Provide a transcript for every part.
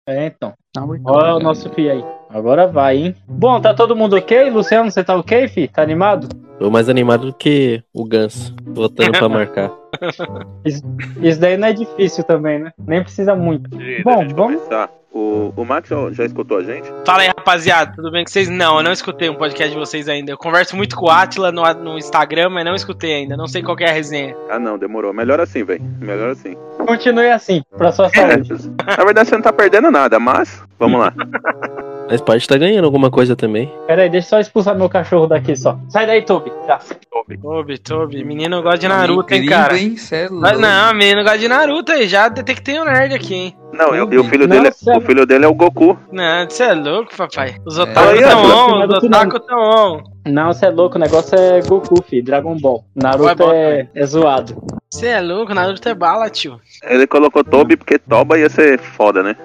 Então. Olha o nosso filho aí. Agora vai, hein? Bom, tá todo mundo ok? Luciano, você tá ok, fi? Tá animado? Tô mais animado do que o Ganso, voltando pra marcar. Isso daí não é difícil também, né? Nem precisa muito. Bom, vamos começar. O Max já escutou a gente? Fala aí, rapaziada, tudo bem com vocês? Não, eu não escutei um podcast de vocês ainda. Eu converso muito com o Atila no Instagram, mas não escutei ainda. Não sei qual que é a resenha. Ah, não, demorou. Melhor assim, velho. Melhor assim. Continue assim, pra sua saúde. Na verdade, você não tá perdendo nada, mas vamos lá. Mas pode estar ganhando alguma coisa também. Pera aí, deixa eu só expulsar meu cachorro daqui só. Sai daí, Tobi. Já. Tobi. Menino gosta de Naruto, hein, cara? Não, menino gosta de Naruto aí. Já detectei um nerd aqui, hein? Não, e o filho dele é o Goku. Não, você é louco, papai. Os otaku tão on. Não, você é louco, o negócio é Goku, filho. Dragon Ball. Naruto é zoado. Você é louco, Naruto é bala, tio. Ele colocou Tobi porque Toba ia ser foda, né?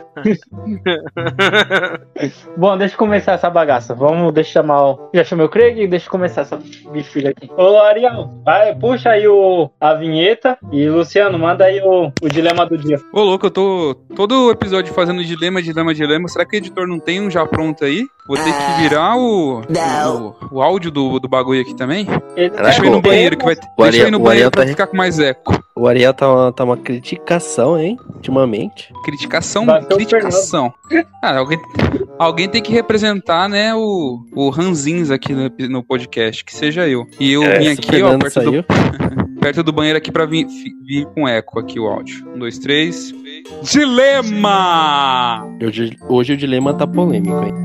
Bom, deixa eu começar essa bagaça. Deixa eu chamar Já chamei o Craig? Deixa eu começar essa bexiga aqui. Ô, Ariel, vai, puxa aí a vinheta. E, Luciano, manda aí o dilema do dia. Ô, louco, eu tô todo episódio fazendo dilema. Será que o editor não tem um já pronto aí? Vou ter que virar o áudio do bagulho aqui também? Deixa eu ir no banheiro, que vai Deixa eu ir no banheiro pra ficar com mais eco. O Ariel tá uma criticação, hein? Ultimamente. Criticação. Ah, alguém tem que representar, né, o Ranzins aqui no podcast, que seja eu. E eu vim aqui, ó, perto do banheiro aqui pra vir com eco aqui o áudio. 1, 2, 3. Dilema! Hoje o dilema tá polêmico, hein?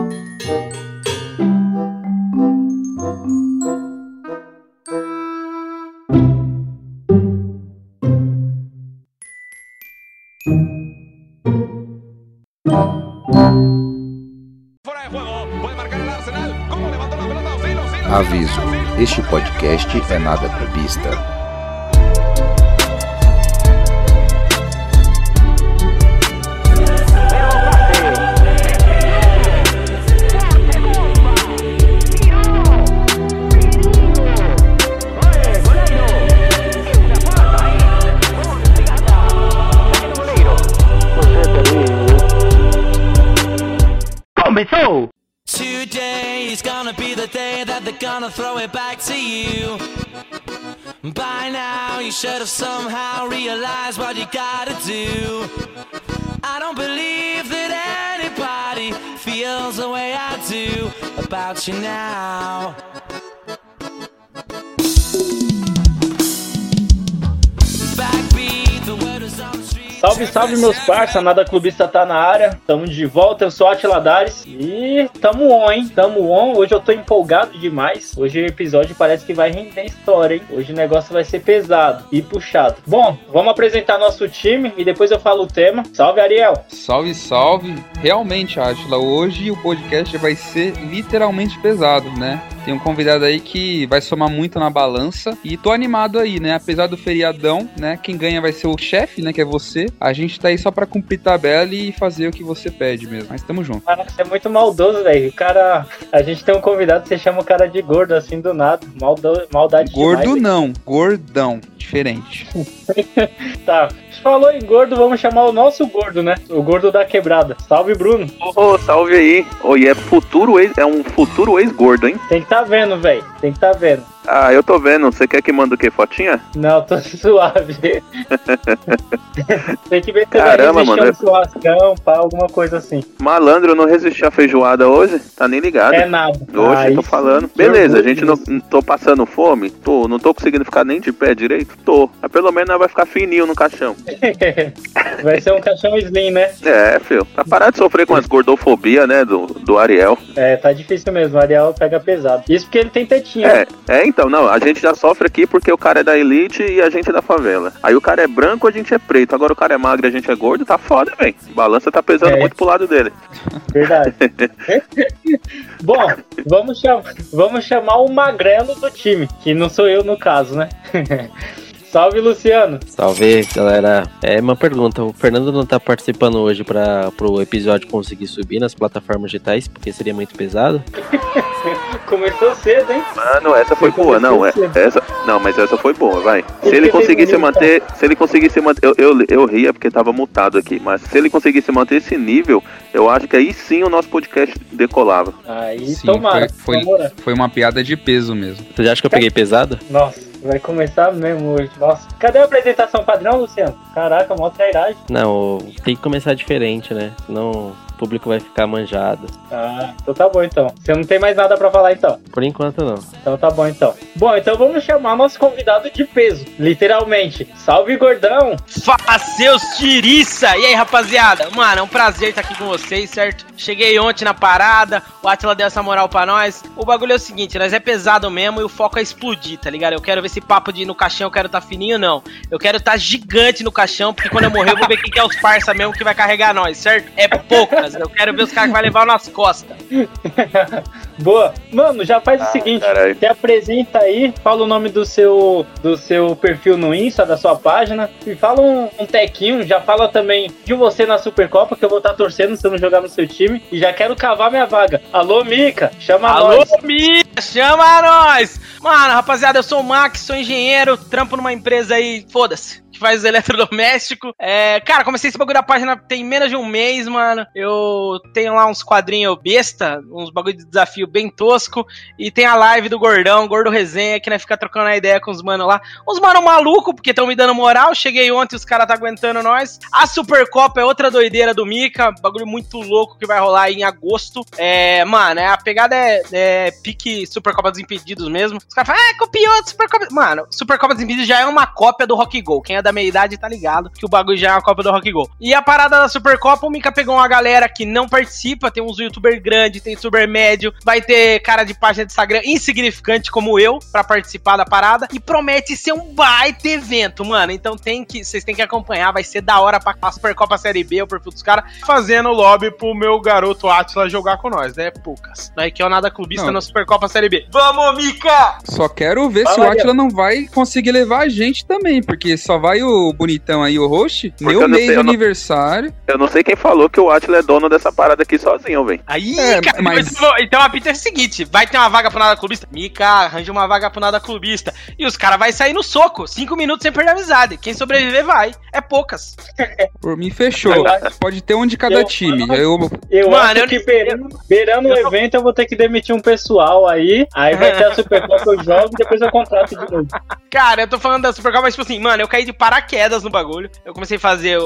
Aviso: este podcast é nada clubista. Começou! Today is gonna be the day that they're gonna throw it back to you. By now you should have somehow realized what you gotta do. I don't believe that anybody feels the way I do about you now. Backbeat, the word is on the street. Salve, meus parça, Nada Clubista tá na área. Tamo de volta, eu sou Atila Dares. E tamo on, hein? Tamo on. Hoje eu tô empolgado demais. Hoje o episódio parece que vai render história, hein? Hoje o negócio vai ser pesado e puxado. Bom, vamos apresentar nosso time e depois eu falo o tema. Salve, Ariel! Salve! Realmente, Atila, hoje o podcast vai ser literalmente pesado, né? Tem um convidado aí que vai somar muito na balança. E tô animado aí, né? Apesar do feriadão, né? Quem ganha vai ser o chefe, né? Que é você. A gente tá aí só pra cumprir tabela e fazer o que você pede mesmo. Mas tamo junto. Caraca, você é muito maldoso, velho. O cara... A gente tem um convidado, você chama o cara de gordo, assim, do nada. Maldade gordo demais, não, véio. Gordão. Diferente. Tá. Falou em gordo, vamos chamar o nosso gordo, né? O gordo da quebrada. Salve, Bruno. Salve aí. E é um futuro ex-gordo, hein? Tem que tá vendo, velho. Tem que tá vendo. Ah, eu tô vendo. Você quer que manda o quê? Fotinha? Não, tô suave. Tem que ver se caramba, vai resistir um churrascão, pá, alguma coisa assim. Malandro, eu não resisti à feijoada hoje. Tá nem ligado. É nada. Hoje, tô falando. Beleza, a gente não tô passando fome. Não tô conseguindo ficar nem de pé direito. Tô. Mas pelo menos nós vai ficar fininho no caixão. Vai ser um caixão slim, né? É, filho. Pra parar de sofrer com as gordofobia, né, do Ariel. É, tá difícil mesmo. O Ariel pega pesado. Isso porque ele tem tetinha. Então, não. A gente já sofre aqui porque o cara é da elite e a gente é da favela. Aí o cara é branco, a gente é preto. Agora o cara é magro e a gente é gordo. Tá foda, velho. Balança tá pesando muito pro lado dele. Verdade. Bom, vamos chamar o magrelo do time. Que não sou eu no caso, né? Salve, Luciano. Salve, galera. Uma pergunta. O Fernando não tá participando hoje pro episódio conseguir subir nas plataformas digitais, porque seria muito pesado? Começou cedo, hein? Mano, essa foi boa. Mas essa foi boa, vai. Se ele conseguisse manter, eu ria porque tava mutado aqui, mas se ele conseguisse manter esse nível, eu acho que aí sim o nosso podcast decolava. Aí, Sim, tomara. foi uma piada de peso mesmo. Você acha que eu peguei pesado? Nossa, vai começar mesmo hoje. Nossa, cadê a apresentação padrão, Luciano? Caraca, mó trairagem. Não, tem que começar diferente, né? Senão o público vai ficar manjado. Ah, então tá bom então. Você não tem mais nada pra falar então? Por enquanto não. Então tá bom então. Bom, então vamos chamar nosso convidado de peso, literalmente. Salve, gordão! Fala, seus tiriça! E aí, rapaziada? Mano, é um prazer estar aqui com vocês, certo? Cheguei ontem na parada, o Atila deu essa moral pra nós. O bagulho é o seguinte, nós é pesado mesmo e o foco é explodir, tá ligado? Eu quero ver esse papo de ir no caixão, eu quero tá fininho, não. Eu quero tá gigante no caixão, porque quando eu morrer eu vou ver quem que é os parça mesmo que vai carregar nós, certo? É poucas, eu quero ver os caras que vai levar nas costas. Boa. Mano, já faz o seguinte, caralho. se apresenta aí, fala o nome do seu perfil no Insta, da sua página, e fala um tequinho, já fala também de você na Supercopa, que eu vou estar torcendo se eu não jogar no seu time, e já quero cavar minha vaga. Alô, Mica, chama nós. Alô, Mica, chama nós! Mano, rapaziada, eu sou o Max, sou engenheiro, trampo numa empresa aí, foda-se, que faz eletrodoméstico. Cara, comecei esse bagulho da página tem menos de um mês, mano. Eu tenho lá uns quadrinhos besta, uns bagulho de desafio bem tosco. E tem a live do Gordão, Gordo Resenha, que nós fica trocando a ideia com os mano lá. Uns mano maluco, porque estão me dando moral. Cheguei ontem, os caras tá aguentando nós. A Supercopa é outra doideira do Mica, bagulho muito louco que vai rolar aí em agosto. Mano, a pegada é pique Supercopa dos Impedidos mesmo. Os caras falam, copiou do Supercopa. Mano, Supercopa dos Impedidos já é uma cópia do Rock Go. Quem é da meia idade tá ligado que o bagulho já é uma cópia do Rock Go. E a parada da Supercopa, o Mica pegou uma galera que não participa, tem uns youtuber grande, tem youtuber médio, vai ter cara de página de Instagram insignificante como eu pra participar da parada e promete ser um baita evento, mano. Então vocês têm que acompanhar, vai ser da hora pra a Supercopa Série B, o perfil dos caras, fazendo lobby pro meu garoto Atila jogar com nós, né, poucas. Nós que é o Nada Clubista na Supercopa Série B. Vamos, Mica! Só quero ver se o Atila não vai conseguir levar a gente também, porque só vai o bonitão aí, o host, meu mês de aniversário. Eu não sei quem falou que o Atila é dono dessa parada aqui sozinho, velho. Aí, cara, mas... então a pita é o seguinte, vai ter uma vaga pro Nada Clubista? Mica, arranja uma vaga pro Nada Clubista. E os caras vão sair no soco, 5 minutos sem perder a amizade. Quem sobreviver vai. É poucas. Por mim, fechou. Pode ter um de cada time. Eu acho que beirando o evento eu vou ter que demitir um pessoal aí vai ter a Supercopa, eu jogo e depois eu contrato de novo. Cara, eu tô falando da Supercopa, mas tipo assim, mano, eu caí de paraquedas no bagulho. Eu comecei a fazer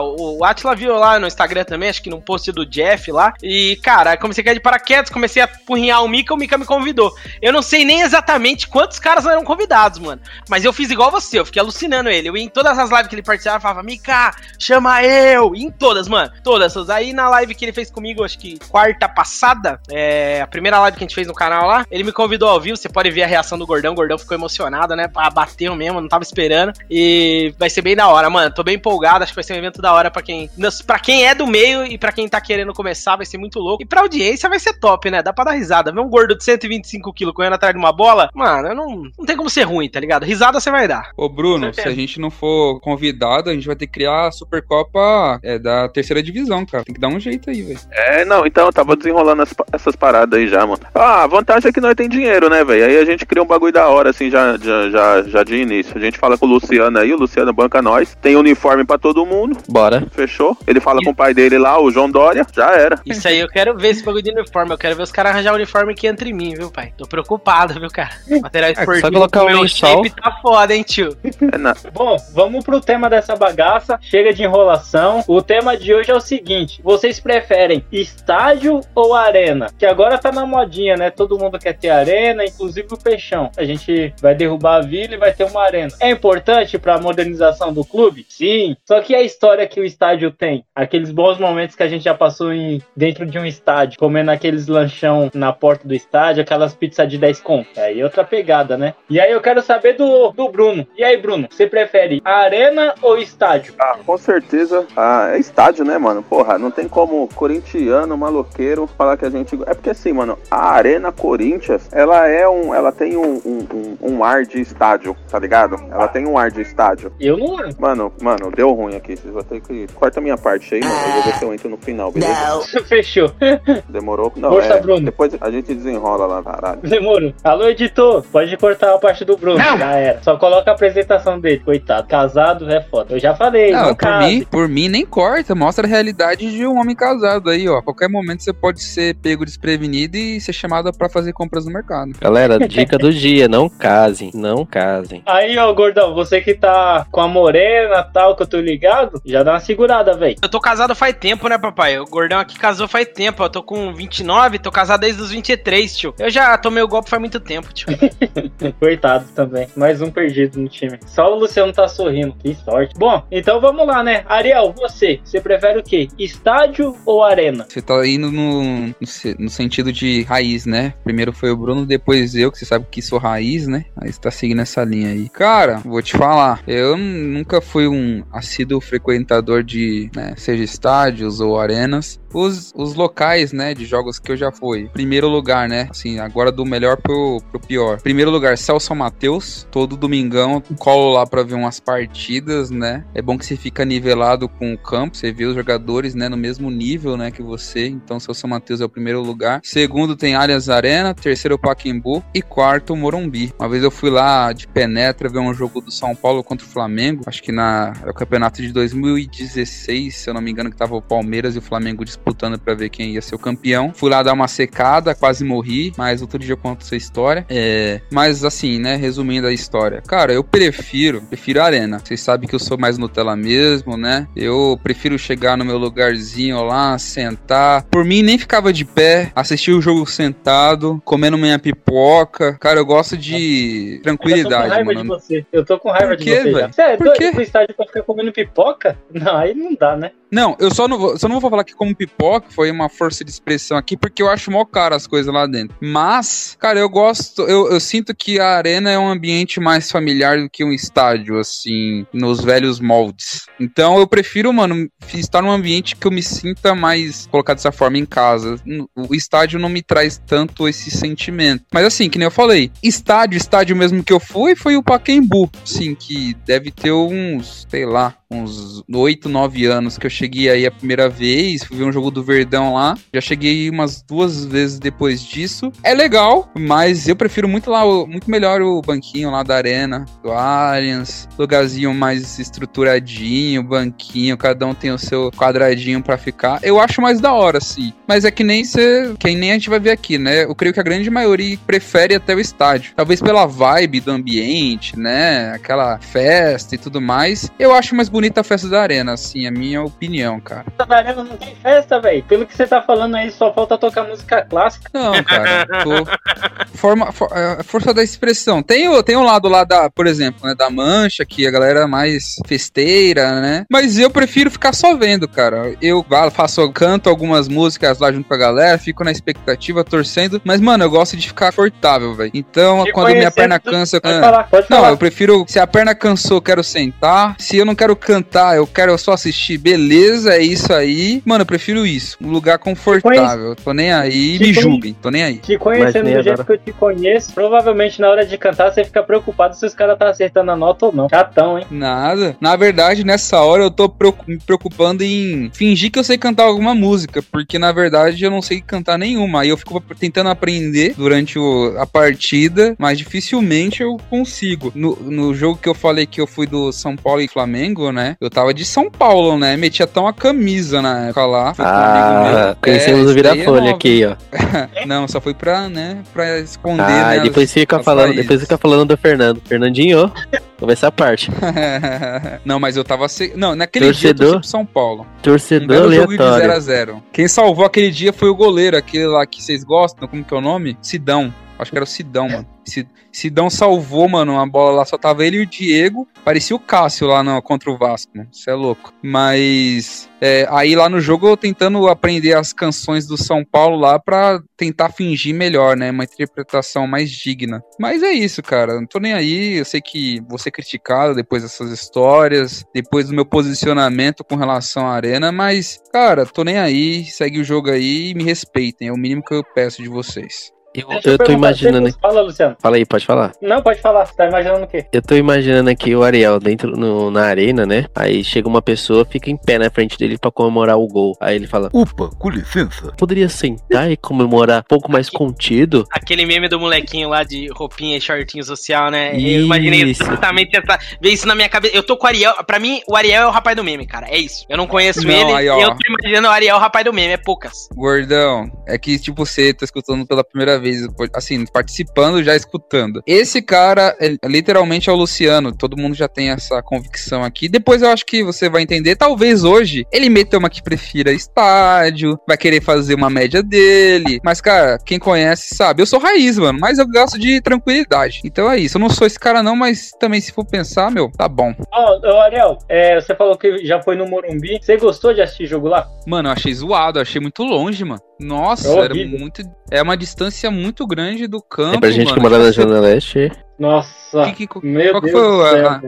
o Atila viu lá no Instagram também, acho que num post do Jeff lá. E, cara, comecei a cair de paraquedas, comecei a porrinhar o Mica me convidou. Eu não sei nem exatamente quantos caras eram convidados, mano. Mas eu fiz igual você, eu fiquei alucinando ele. Eu ia em todas as lives que ele participava, falava, Mica, chama eu! E em todas, mano. Todas. Aí na live que ele fez comigo, acho que quarta passada, a primeira live que a gente fez no canal lá, ele me convidou ao vivo, você pode ver a reação do Gordão. O Gordão ficou emocionado, né? Bateu mesmo, não tava esperando. E vai ser bem da hora, mano. Tô bem empolgado, acho que vai ser um evento da hora pra quem é do meio e pra quem tá querendo começar, vai ser muito louco. E pra audiência vai ser top, né? Dá pra dar risada. Ver um gordo de 125 quilos correndo atrás de uma bola, mano, não tem como ser ruim, tá ligado? Risada você vai dar. Ô, Bruno, se a gente não for convidado, a gente vai ter que criar a Supercopa da terceira divisão, cara. Tem que dar um jeito aí, velho. Então, eu tava desenrolando essas paradas aí já, mano. A vantagem é que nós tem dinheiro, né, velho? Aí a gente cria um bagulho da hora, assim, já de início. A gente fala com o Luciano aí, o Luciano banca nós. Tem uniforme pra todo mundo. Bora. Fechou? Ele fala com o pai dele lá, o João Dória. Já era. Isso aí, eu quero ver esse bagulho de uniforme. Eu quero ver os caras arranjar um uniforme aqui entre mim, viu, pai? Tô preocupado, viu, cara? Material esportivo. Só colocar o meu shape tá foda, hein, tio? Bom, vamos pro tema dessa bagaça. Chega de enrolação. O tema de hoje é o seguinte: vocês preferem estádio ou arena? Que agora tá na modinha, né? Todo mundo quer ter arena, inclusive o Peixão. A gente vai derrubar a vila e vai ter uma arena. É importante pra modernização do clube? Sim. Só que a história que o estádio tem, aqueles bons momentos que a gente já passou dentro de um estádio, comendo aqueles lanchão na porta do estádio, aquelas pizzas de 10 conto. Aí outra pegada, né? E aí eu quero saber do Bruno. E aí, Bruno, você prefere arena ou estádio? Ah, com certeza. É estádio, né, mano? Porra, não tem como corintiano, maloqueiro, falar que a gente... É porque assim, mano, a Arena Corinthians, ela tem um ar de estádio, tá ligado? Ela tem um ar de estádio. Eu não lembro. Mano, deu ruim aqui. Vocês vão ter que... Corta a minha parte aí, mano. Eu vou ver se eu entro no final, beleza? Não. Fechou. Demorou? Não, Força, Bruno. Depois a gente desenrola lá, caralho. Demorou. Alô, editor. Pode cortar a parte do Bruno. Não. Já era. Só coloca a apresentação dele, coitado. Casado é foda. Eu já falei. Não, por mim nem corta. Mostra a realidade de um homem casado aí, ó. A qualquer momento você pode ser pego desprevenido e ser chamado pra fazer compras no mercado. Galera, dica do dia, não casem, não casem. Aí, ó, gordão, você que tá com a morena e tal, que eu tô ligado, já dá uma segurada, velho. Eu tô casado faz tempo, né, papai? O gordão aqui casou faz tempo. Eu tô com 29, tô casado desde os 23, tio. Eu já tomei o golpe faz muito tempo, tio. Coitado também. Mais um perdido no time. Só o Luciano tá sorrindo. Que sorte. Bom, então vamos lá, né? Ariel, você prefere o quê? Estádio ou arena? Você tá indo no sentido de raiz, né? Primeiro foi o Bruno, depois eu, que você sabe que sou raiz, né? Aí você tá seguindo essa linha aí. Cara, vou te falar, eu nunca fui um assíduo frequentador de, né, seja estádios ou arenas. Os locais, né, de jogos que eu já fui. Primeiro lugar, né, assim, agora do melhor pro pior. Primeiro lugar, Celso Mateus. Todo domingão, colo lá pra ver umas partidas, né. É bom que você fica nivelado com o campo, você vê os jogadores, né, no mesmo nível, né, que você. Então, Celso Mateus é o primeiro lugar. Segundo tem Allianz Arena. Terceiro, Pacaembu. E quarto, Morumbi. Uma vez eu fui lá de penetra ver um jogo do São Paulo contra o Flamengo. Acho que é o campeonato de 2016, se eu não me engano, que tava o Palmeiras e o Flamengo disputando pra ver quem ia ser o campeão. Fui lá dar uma secada, quase morri, mas outro dia eu conto essa história. Mas assim, né, resumindo a história. Cara, eu prefiro a arena. Vocês sabem que eu sou mais Nutella mesmo, né? Eu prefiro chegar no meu lugarzinho lá, sentar. Por mim, nem ficava de pé, assistir o jogo sentado, comendo minha pipoca. Cara, eu gosto de tranquilidade, mano. Eu tô com raiva de você, velho. Você é doido pro estádio pra ficar comendo pipoca? Não, aí não dá, né? Não, eu só não vou falar que como pipoca foi uma força de expressão aqui, porque eu acho mó caro as coisas lá dentro. Mas, cara, eu sinto que a arena é um ambiente mais familiar do que um estádio, assim, nos velhos moldes. Então eu prefiro, mano, estar num ambiente que eu me sinta mais, colocar dessa forma, em casa. O estádio não me traz tanto esse sentimento. Mas assim, que nem eu falei, estádio mesmo que eu fui, foi o Pacaembu, assim, que deve ter uns 8, 9 anos que eu cheguei aí a primeira vez, fui ver um jogo do Verdão lá, já cheguei umas 2 vezes depois disso. É legal, mas eu prefiro muito melhor o banquinho lá da arena, do Allianz, lugarzinho mais estruturadinho, banquinho, cada um tem o seu quadradinho pra ficar. Eu acho mais da hora, sim. Mas é que nem a gente vai ver aqui, né? Eu creio que a grande maioria prefere até o estádio. Talvez pela vibe do ambiente, né? Aquela festa e tudo mais. Eu acho mais bonita a festa da arena, assim, a minha opinião, cara. A festa da arena não tem festa, velho. Pelo que você tá falando aí, só falta tocar música clássica. Não, cara. Força da expressão. Tem o lado lá por exemplo, né, da Mancha, que a galera é mais festeira, né? Mas eu prefiro ficar só vendo, cara. Eu canto algumas músicas lá junto com a galera, fico na expectativa, torcendo. Mas, mano, eu gosto de ficar confortável, velho. Então, quando minha perna cansa... Pode falar. Não, eu prefiro... Se a perna cansou, eu quero sentar. Se eu não quero cantar, eu quero só assistir. Beleza, é isso aí. Mano, eu prefiro isso. Um lugar confortável. Tô nem aí. Me julguem. Tô nem aí. Te conhecendo do jeito que eu te conheço, provavelmente na hora de cantar você fica preocupado se os caras tá acertando a nota ou não. Chatão, hein? Nada. Na verdade, nessa hora eu tô me preocupando em fingir que eu sei cantar alguma música, porque na verdade eu não sei cantar nenhuma. Aí eu fico tentando aprender durante a partida, mas dificilmente eu consigo. No jogo que eu falei que eu fui do São Paulo e Flamengo, né? Eu tava de São Paulo, né? Metia até uma camisa na época lá. Foi com um amigo meu. Conhecemos o Virafolha aqui, ó. Não, só foi pra esconder, né? Depois fica falando do Fernando. Fernandinho, vou ver essa parte. Não, mas eu tava... Não, naquele dia eu torci pro São Paulo. Torcedor aleatório. Jogo de 0-0. Quem salvou aquele dia foi o goleiro, aquele lá que vocês gostam, como que é o nome? Sidão. Acho que era o Sidão, mano. Sidão salvou, mano, uma bola lá, só tava ele e o Diego. Parecia o Cássio lá contra o Vasco, mano. Isso é louco. Mas aí lá no jogo eu tentando aprender as canções do São Paulo lá pra tentar fingir melhor, né? Uma interpretação mais digna. Mas é isso, cara. Não tô nem aí. Eu sei que vou ser criticado depois dessas histórias, depois do meu posicionamento com relação à Arena, mas, cara, tô nem aí. Segue o jogo aí e me respeitem. É o mínimo que eu peço de vocês. Eu tô imaginando aqui. Fala, Luciano. Fala aí, pode falar. Não, pode falar. Você tá imaginando o quê? Eu tô imaginando aqui o Ariel dentro na arena, né? Aí chega uma pessoa, fica em pé na frente dele pra comemorar o gol. Aí ele fala: Opa, com licença. poderia sentar e comemorar um pouco mais contido? Aquele meme do molequinho lá de roupinha e shortinho social, né? Isso. Eu imaginei exatamente ver isso na minha cabeça. Eu tô com o Ariel. Pra mim, o Ariel é o rapaz do meme, cara. É isso. Eu não conheço ele. Aí, ó. Eu tô imaginando o Ariel o rapaz do meme. É poucas. Gordão, é que, tipo, você tá escutando pela primeira vez, assim, participando, já escutando. Esse cara, literalmente é o Luciano. Todo mundo já tem essa convicção aqui. Depois eu acho que você vai entender. Talvez hoje ele meta uma que prefira estádio, vai querer fazer uma média dele. Mas, cara, quem conhece sabe. Eu sou raiz, mano, mas eu gosto de tranquilidade. Então é isso. Eu não sou esse cara não, mas também se for pensar, meu, tá bom. Ariel, você falou que já foi no Morumbi. Você gostou de assistir jogo lá? Mano, eu achei zoado, eu achei muito longe, mano. Nossa, era muito... É uma distância muito grande do campo, Pra gente mano. que mora na Zona Leste. Nossa, meu qual que Deus foi do céu.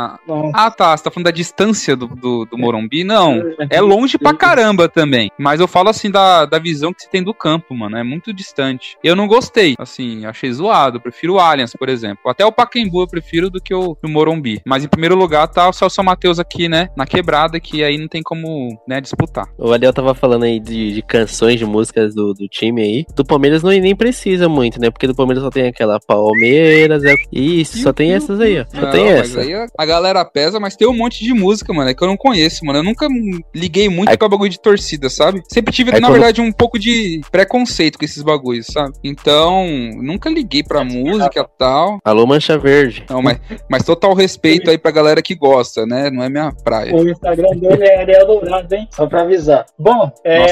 tá, você tá falando da distância do Morumbi? Não, é longe pra caramba também, mas eu falo assim da visão que você tem do campo, mano, é muito distante. Eu não gostei, assim, achei zoado, eu prefiro o Allianz, por exemplo, até o Pacaembu eu prefiro do que o Morumbi, mas em primeiro lugar tá o Celso Mateus aqui, né, na quebrada, que aí não tem como, né, disputar. O Ariel tava falando aí de canções, de músicas do time aí. Do Palmeiras nem precisa muito, né? Porque do Palmeiras só tem aquela Palmeiras. Isso, só tem essas aí, ó. Só tem essa. Mas aí a galera pesa, mas tem um monte de música, mano. É que eu não conheço, mano. Eu nunca liguei muito pra bagulho de torcida, sabe? Sempre tive, na verdade, um pouco de preconceito com esses bagulhos, sabe? Então, nunca liguei pra música e tal. Alô, Mancha Verde. Não, mas total respeito aí pra galera que gosta, né? Não é minha praia. O Instagram dele é Ariel Dourado, hein? Só pra avisar. Bom,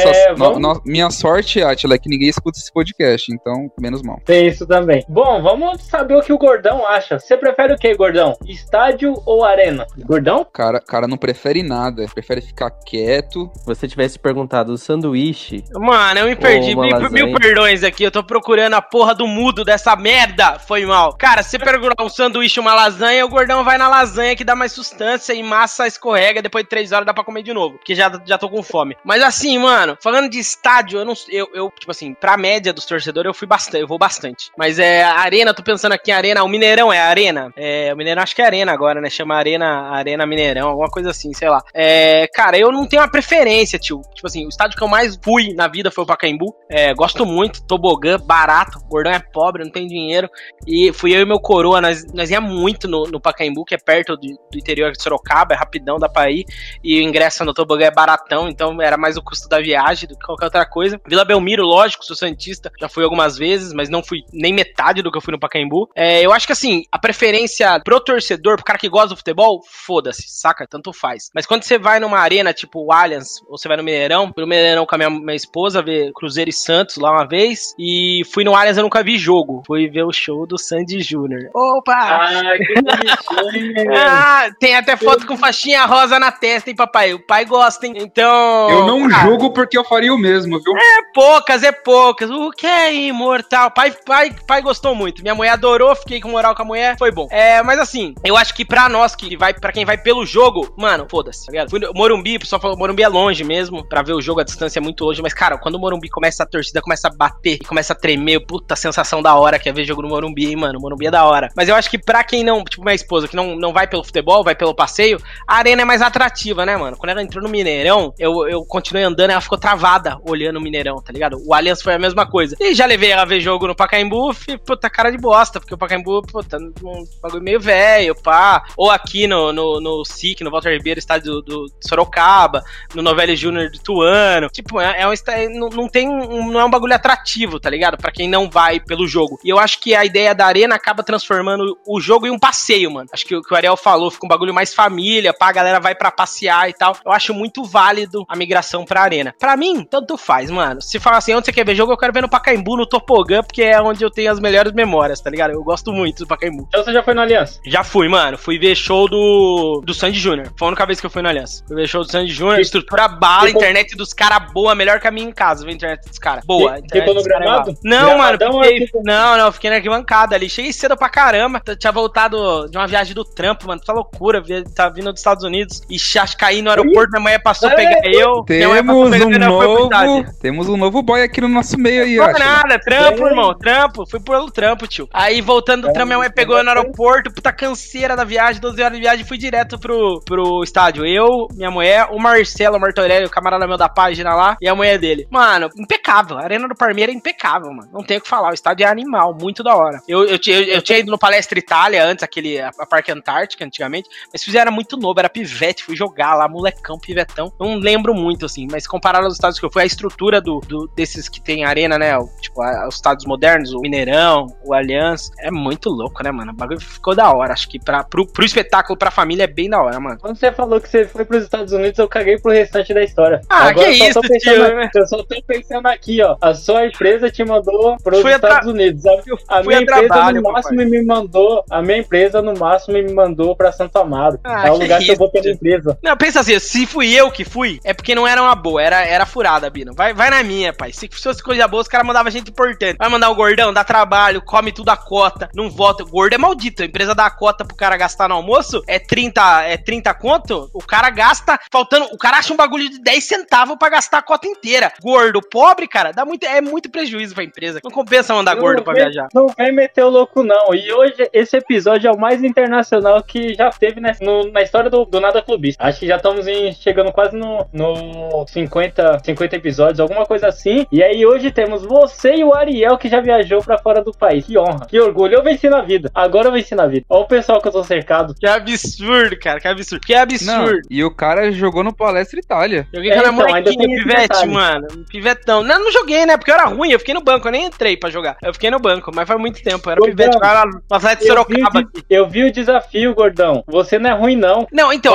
minha sorte, Atila, é que ninguém escuta esse podcast, então, menos mal. Tem isso também. Bom, vamos saber o que o Gordão acha. Você prefere o que, Gordão? Estádio ou arena? Gordão? Cara não prefere nada. Prefere ficar quieto. Se você tivesse perguntado o sanduíche... Mano, eu me perdi. Mil perdões aqui. Eu tô procurando a porra do mudo dessa merda. Foi mal. Cara, se você perguntar um sanduíche ou uma lasanha, o Gordão vai na lasanha que dá mais sustância e massa escorrega. Depois de 3 horas dá pra comer de novo. Porque já tô com fome. Mas assim, mano, falando de estádio, eu tipo assim, pra média dos torcedores, eu vou bastante. Mas a arena, tô pensando aqui em arena, o Mineirão é arena? O Mineirão acho que é arena agora, né? Chama Arena Mineirão, alguma coisa assim, sei lá. Cara, eu não tenho uma preferência, tio. Tipo assim, o estádio que eu mais fui na vida foi o Pacaembu. Gosto muito, tobogã, barato, o Gordão é pobre, não tem dinheiro. E fui eu e meu coroa, nós ia muito no Pacaembu, que é perto do interior de Sorocaba, é rapidão, dá pra ir. E o ingresso no tobogã é baratão, então era mais o custo da viagem do que qualquer outra coisa. Vila Belmiro, lógico, sou santista, já fui algumas vezes, mas não fui nem metade do que eu fui no Pacaembu. Eu acho que assim, a preferência pro torcedor, pro cara que gosta do futebol, foda-se, saca? Tanto faz. Mas quando você vai numa arena tipo o Allianz, ou você vai no Mineirão, fui no Mineirão com a minha esposa, ver Cruzeiro e Santos lá uma vez, e fui no Allianz, eu nunca vi jogo. Fui ver o show do Sandy Júnior. Opa! Que bonitinho! Tem até foto com faixinha rosa na testa, hein, papai? O pai gosta, hein? Então... Eu não julgo porque eu faria o mesmo, viu? É poucas. O que é imortal? Pai gostou muito. Minha mulher adorou, fiquei com moral com a mulher, foi bom. Mas assim, eu acho que pra nós, pra quem vai pelo jogo, mano, foda-se, tá ligado? Fui no Morumbi, o pessoal falou, Morumbi é longe mesmo, pra ver o jogo, a distância é muito longe, mas cara, quando o Morumbi começa, a torcida começa a bater e começa a tremer, puta sensação da hora que é ver jogo no Morumbi, hein, mano, o Morumbi é da hora. Mas eu acho que pra quem não, tipo minha esposa, que não vai pelo futebol, vai pelo passeio, a arena é mais atrativa, né, mano? Quando ela entrou no Mineirão, eu continuei andando, ela ficou travada olhando o Mineirão, tá ligado? O Allianz foi a mesma coisa. E já levei ela a ver jogo no Pacaembu, puta cara de bosta, porque o Pacaembu Pacaembu, pô, tá um bagulho meio velho, pá. Ou aqui no SIC, no Walter Ribeiro, estádio do Sorocaba, no Novelli Júnior de Ituano. Tipo, não é um bagulho atrativo, tá ligado? Pra quem não vai pelo jogo. E eu acho que a ideia da arena acaba transformando o jogo em um passeio, mano. Acho que o que o Ariel falou, fica um bagulho mais família, pá, a galera vai pra passear e tal. Eu acho muito válido a migração pra arena. Pra mim, tanto faz, mano. Se falar assim, onde você quer ver jogo, eu quero ver no Pacaembu, no Topogã, porque é onde eu tenho as melhores memórias, tá ligado? Eu gosto muito do Pacaembu. Então você já foi no Aliança? Já fui, mano. Fui ver show do Sandy Júnior. Foi a única vez que eu fui no Aliança. Fui ver show do Sandy Júnior, estrutura bala, internet dos caras boa, melhor que a minha em casa, ver a internet dos caras. Boa. Ficou no gramado? Não, mano, fiquei na arquibancada ali. Cheguei cedo pra caramba. Tinha voltado de uma viagem do trampo, mano. Tá loucura. Tá vindo dos Estados Unidos e caí no aeroporto. Minha mãe passou a pegar eu. Temos um novo boy aqui no nosso meio aí, ó. Não nada, trampo, irmão. Trampo. Fui pelo trampo, tio. Aí voltando do trampo, minha mãe pegou eu no aeroporto. Puta canseira da viagem, 12 horas de viagem. Fui direto pro estádio. Eu, minha mulher, o Marcelo Martorelli, o camarada meu da página lá, e a mulher dele. Mano, impecável. A Arena do Parmeira é impecável, mano. Não tem o que falar. O estádio é animal, muito da hora. Eu tinha ido no Palestra Itália antes, a Parque Antártica, antigamente, mas fizeram muito novo, era pivete, fui jogar lá, molecão, pivetão. Não lembro muito, assim, mas comparado aos estádios que eu fui, a estrutura desses que tem arena, né, tipo, os estádios modernos, o Mineirão, o Allianz, é muito louco, né, mano? O bagulho ficou da hora. Acho que pro espetáculo, pra família, é bem da hora, mano. Quando você falou que você foi pros Estados Unidos, eu caguei pro restante da história. Ah, agora, que isso, tio? Eu só tô pensando aqui, ó. A sua empresa te mandou pros Estados Unidos. A minha empresa no máximo me mandou. A minha empresa no máximo me mandou pra Santo Amaro. É o lugar que eu vou pela empresa. Não, pensa assim, se fui eu que fui, é porque não era uma boa, era furada, Bino. Vai na minha, pai. Se fosse coisa boa, os caras mandavam gente importante. Vai mandar o gordão, dá trabalho, come tudo a cota, não volta. O gordo é maldito. A empresa dá a cota pro cara gastar no almoço, é 30 conto, o cara gasta faltando, o cara acha um bagulho de 10 centavos pra gastar a cota inteira. Gordo, pobre, cara, é muito prejuízo pra empresa. Não compensa mandar gordo pra viajar. Não vem meter o louco, não. E hoje, esse episódio é o mais internacional que já teve na história do Nada Clubista. Acho que já estamos chegando quase no 50 episódios, alguma coisa assim. E aí hoje temos você e o Ariel que já viajou pra fora do país. Que honra, que orgulho. Eu venci na vida. Agora eu venci na vida. Olha o pessoal que eu tô cercado. Que absurdo, cara. Que absurdo. Não, e o cara jogou no Palestra Itália. Joguei com a molequinha, pivete, mano. Pivetão. Não joguei, né? Porque eu era ruim. Eu fiquei no banco. Eu nem entrei pra jogar. Eu fiquei no banco. Mas faz muito tempo. Eu era pivete. Eu era no Atlético de Sorocaba. Eu vi o desafio, gordão. Você não é ruim, não. Não, então,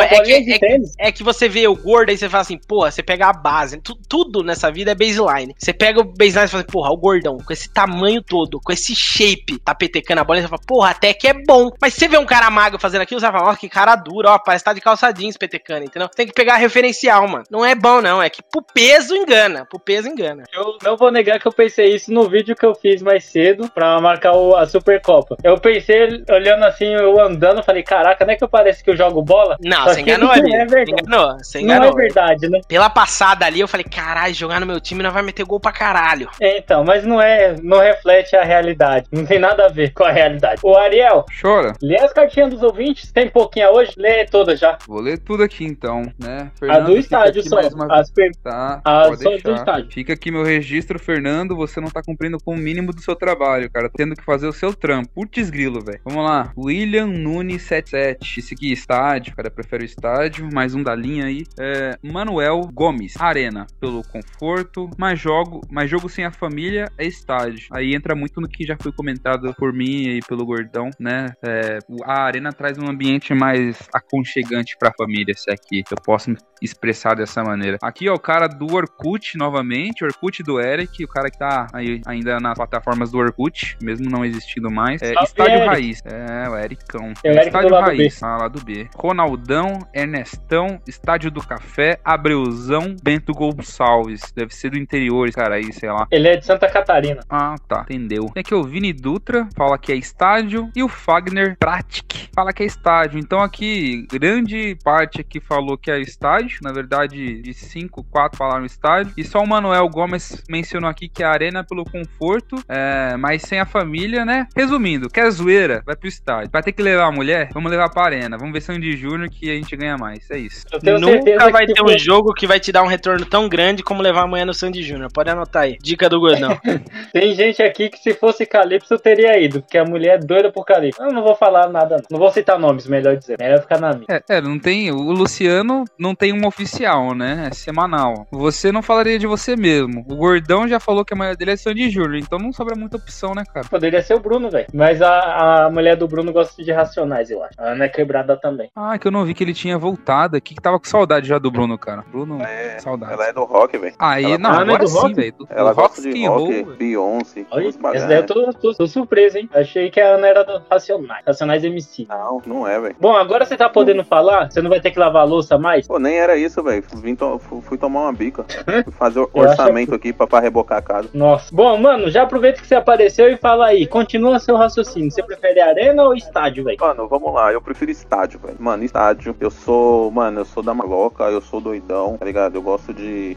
é que você vê o gordo aí você fala assim, porra, você pega a base. Tudo nessa vida é baseline. Você pega o baseline e fala assim, porra, o gordão, com esse tamanho todo, com esse shape, tá petecando a bola, e você fala, porra, até que é bom. Mas você vê um cara magro fazendo aquilo, você vai falar, ó, que cara duro, ó, parece que tá de calça jeans petecando, entendeu? Tem que pegar referencial, mano. Não é bom, não. É que pro peso engana. Eu não vou negar que eu pensei isso no vídeo que eu fiz mais cedo pra marcar a Supercopa. Eu pensei, olhando assim, eu andando, falei, caraca, não é que eu pareço que eu jogo bola? Não, você enganou ali. Você enganou. Não é verdade, né? Pela passada ali, eu falei, caralho, jogar no meu time não vai meter gol pra caralho. Então, mas não reflete a realidade. Não tem nada a ver com a realidade. Ô, Ariel. Chora. Lê as cartinhas dos ouvintes. Tem pouquinha hoje? Lê todas já. Vou ler tudo aqui então, né? Fernando, a do estádio só. Tá, pode deixar. Do estádio. Fica aqui meu registro, Fernando. Você não tá cumprindo com o mínimo do seu trabalho, cara. Tendo que fazer o seu trampo. Putz grilo, velho. Vamos lá. William Nunes 77. Esse aqui, estádio. O cara prefere o estádio. Mais um da linha aí. Manuel Gomes. Arena. Pelo conforto. Mas jogo sem a família é estádio. Aí entra muito no que já foi comentado por mim e pelo Gordão, né? A arena traz um ambiente mais aconchegante pra família, se aqui eu posso me expressar dessa maneira. Aqui, ó, o cara do Orkut novamente, Orkut do Eric, o cara que tá aí ainda nas plataformas do Orkut, mesmo não existindo mais. Estádio Eric. Raiz. O Ericão. Estádio Raiz. Lá do B. Ronaldão, Ernestão, Estádio do Café, Abreuzão, Bento Gonçalves. Deve ser do interior, cara, aí, sei lá. Ele é de Santa Catarina. Ah, tá. Entendeu. Tem aqui o Vini Dutra, fala que é estádio, e o Fagner Pratic fala que é estádio. Então aqui, grande parte aqui falou que é estádio. Na verdade, de 5, 4 falaram estádio. E só o Manuel Gomes mencionou aqui que é arena pelo conforto, mas sem a família, né? Resumindo, quer zoeira? Vai pro estádio. Vai ter que levar a mulher? Vamos levar pra arena. Vamos ver Sandy Júnior que a gente ganha mais. É isso. Nunca vai ter um jogo que vai te dar um retorno tão grande como levar amanhã no Sandy Júnior. Pode anotar aí. Dica do Gordão. Tem gente aqui que se fosse Calypso eu teria ido, porque a mulher é doida por Califa. Eu não vou falar nada, não. Não vou citar nomes, melhor dizer. Melhor ficar na minha. Não tem. O Luciano não tem uma oficial, né? É semanal. Você não falaria de você mesmo. O Gordão já falou que a mulher dele é Sandy Júnior, então não sobra muita opção, né, cara? Poderia ser o Bruno, velho. Mas a mulher do Bruno gosta de Racionais, eu acho. A Ana é quebrada também. Ah, que eu não vi que ele tinha voltado aqui, que tava com saudade já do Bruno, cara. Bruno, saudade. Ela é do rock, velho. Aí, não, agora sim, velho. Ela gosta de rock, Beyoncé. Essa daí eu tô surpreso, hein? Achei que a Ana era do Racionais. Racionais MC. Não é, velho. Bom, agora você tá podendo falar? Você não vai ter que lavar a louça mais? Pô, nem era isso, velho. Fui tomar uma bica. Fui fazer orçamento aqui pra rebocar a casa. Nossa. Bom, mano, já aproveita que você apareceu e fala aí. Continua seu raciocínio. Você prefere arena ou estádio, velho? Mano, vamos lá. Eu prefiro estádio, velho. Mano, estádio. Eu sou da maloca, eu sou doidão, tá ligado? Eu gosto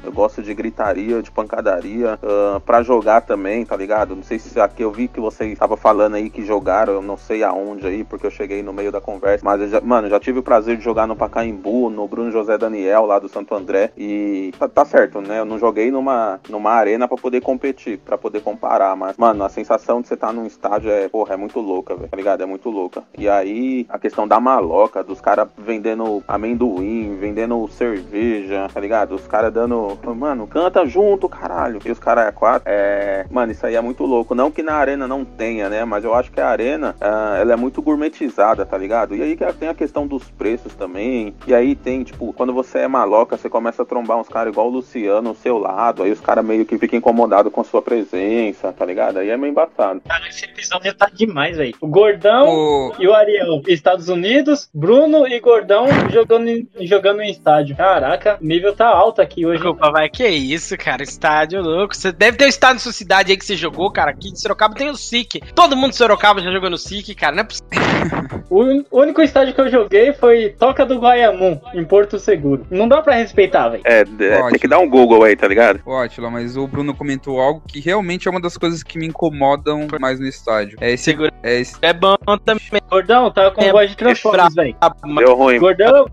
de gritaria, de pancadaria. Pra jogar também, tá ligado? Não sei se aqui eu vi que você estava falando aí que jogaram, eu não sei aonde aí, porque eu cheguei no meio da conversa. Mas eu já tive o prazer de jogar no Pacaembu, no Bruno José Daniel, lá do Santo André. E tá certo, né? Eu não joguei numa arena pra poder competir, pra poder comparar. Mas, mano, a sensação de você estar num estádio é muito louca, velho. Tá ligado? É muito louca. E aí, a questão da maloca, dos caras vendendo amendoim, vendendo cerveja, tá ligado? Os caras dando, mano, canta junto, caralho. E os caras é 4. Mano, isso aí é muito louco. Não que na arena não tenha, né? Mas eu acho que a arena, ela é muito gourmetizada, tá ligado? E aí tem a questão dos preços também. E aí tem, tipo, quando você é maloca, você começa a trombar uns caras igual o Luciano ao seu lado. Aí os caras meio que ficam incomodados com sua presença, tá ligado? Aí é meio embaçado. Cara, esse episódio tá demais, velho. O Gordão e o Ariel, Estados Unidos, Bruno e Gordão jogando em estádio. Caraca, o nível tá alto aqui hoje. Desculpa, vai, que isso, cara, estádio louco. Você deve ter um estádio na sua cidade aí que você jogou, cara. Aqui em Sorocaba tem o SIC. Todo mundo de Sorocaba já jogou no SIC, cara, não é possível. O único estádio que eu joguei foi Toca do Guaiamum, em Porto Seguro. Não dá pra respeitar, velho. Tem que dar um Google aí, tá ligado? Ótimo, mas o Bruno comentou algo que realmente é uma das coisas que me incomodam mais no estádio. É bom também. Gordão, tá com voz de Transformers, velho. Deu ruim. Gordão...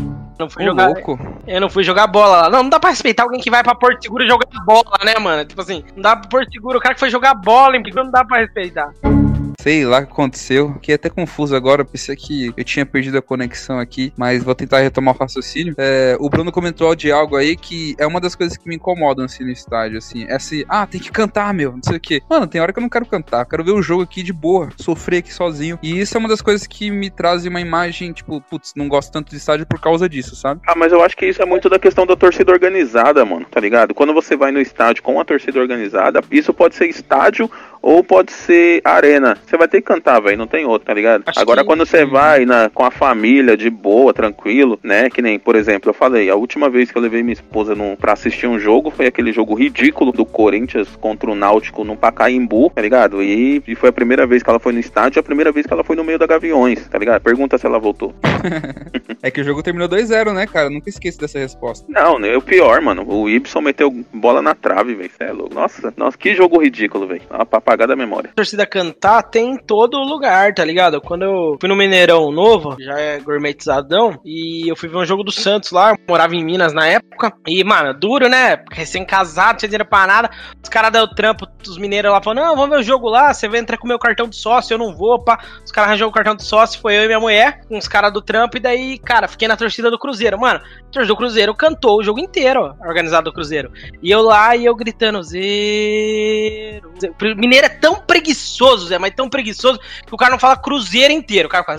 Eu não fui jogar bola lá. Não dá pra respeitar alguém que vai pra Porto Seguro jogar bola, né, mano? Tipo assim, não dá pra Porto Seguro, o cara que foi jogar bola, não dá pra respeitar. Sei lá o que aconteceu. Fiquei até confuso agora. Pensei que eu tinha perdido a conexão aqui. Mas vou tentar retomar o raciocínio. O Bruno comentou de algo aí que é uma das coisas que me incomodam assim no estádio. Assim, tem que cantar, meu. Não sei o quê. Mano, tem hora que eu não quero cantar. Quero ver o jogo aqui de boa. Sofrer aqui sozinho. E isso é uma das coisas que me traz uma imagem, tipo, putz, não gosto tanto de estádio por causa disso, sabe? Mas eu acho que isso é muito da questão da torcida organizada, mano. Tá ligado? Quando você vai no estádio com a torcida organizada, isso pode ser estádio ou pode ser arena. Você vai ter que cantar, velho, não tem outro, tá ligado? Agora, quando você vai com a família, de boa, tranquilo, né? Que nem, por exemplo, eu falei, a última vez que eu levei minha esposa pra assistir um jogo foi aquele jogo ridículo do Corinthians contra o Náutico no Pacaembu, tá ligado? E foi a primeira vez que ela foi no estádio, a primeira vez que ela foi no meio da Gaviões, tá ligado? Pergunta se ela voltou. É que o jogo terminou 2-0, né, cara? Nunca esqueço dessa resposta. Não, o pior, mano, o Ibson meteu bola na trave, velho, cê é louco. Nossa, que jogo ridículo, velho. Pra apagar da memória. A torcida cantar tem em todo lugar, tá ligado? Quando eu fui no Mineirão Novo, já é gourmetizadão, e eu fui ver um jogo do Santos lá, eu morava em Minas na época, e, mano, duro, né? Recém-casado, tinha dinheiro pra nada, os caras dão trampo, os mineiros lá falando, não, vamos ver o jogo lá, você vai entrar com o meu cartão de sócio, eu não vou, pá. Os caras arranjou o cartão de sócio, foi eu e minha mulher, com os caras do trampo, e daí, cara, fiquei na torcida do Cruzeiro. Mano, a torcida do Cruzeiro cantou o jogo inteiro, organizado do Cruzeiro. E eu lá, e eu gritando, zero. Mineiro é tão preguiçoso, Zé, mas tão preguiçoso que o cara não fala Cruzeiro inteiro, o cara fala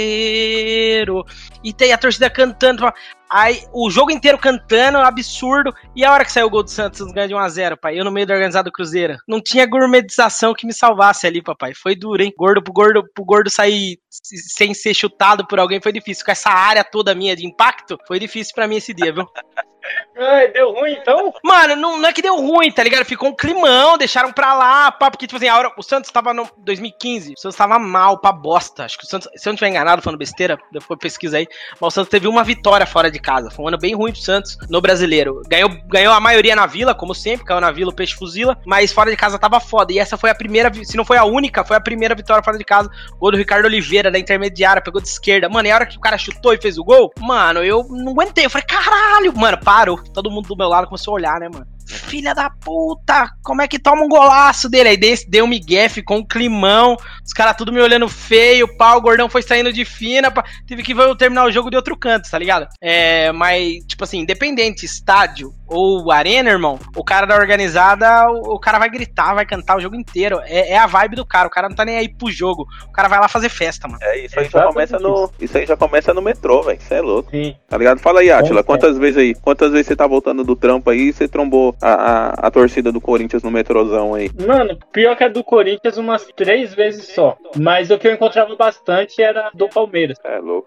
zero. E tem a torcida cantando, aí o jogo inteiro cantando, absurdo. E a hora que saiu o gol do Santos, ganha de 1-0, pai, eu no meio do organizado do Cruzeiro. Não tinha gourmetização que me salvasse ali, papai. Foi duro, hein? Pro gordo sair sem ser chutado por alguém foi difícil. Com essa área toda minha de impacto, foi difícil pra mim esse dia, viu? Ai, deu ruim então? Mano, não é que deu ruim, tá ligado? Ficou um climão, deixaram pra lá, pá, porque, tipo assim, o Santos tava no 2015, o Santos tava mal pra bosta. Acho que o Santos, se eu não tiver enganado, falando besteira, depois pesquisa aí, mas o Santos teve uma vitória fora de casa. Foi um ano bem ruim pro Santos no Brasileiro. Ganhou a maioria na Vila, como sempre, caiu na Vila, o Peixe fuzila, mas fora de casa tava foda. E essa foi a primeira, se não foi a única, foi a primeira vitória fora de casa. Gol do Ricardo Oliveira, da intermediária, pegou de esquerda. Mano, e a hora que o cara chutou e fez o gol, mano, eu não aguentei. Eu falei, caralho, mano, parou. Todo mundo do meu lado começou a olhar, né, mano? filha da puta, como é que toma um golaço dele? Aí deu um migué, ficou um climão, os caras tudo me olhando feio, pá, o gordão foi saindo de fina, pá, teve que terminar o jogo de outro canto, tá ligado? Mas, tipo assim, independente, estádio ou arena, irmão, o cara da organizada, o cara vai gritar, vai cantar o jogo inteiro, é a vibe do cara, o cara não tá nem aí pro jogo, o cara vai lá fazer festa, mano. Isso aí já começa no metrô, velho, isso é louco. Sim. Tá ligado? Fala aí, Átila, quantas vezes você tá voltando do trampo aí e você trombou a torcida do Corinthians no metrôzão aí? Mano, pior que a do Corinthians umas 3 vezes só, mas o que eu encontrava bastante era do Palmeiras. É louco.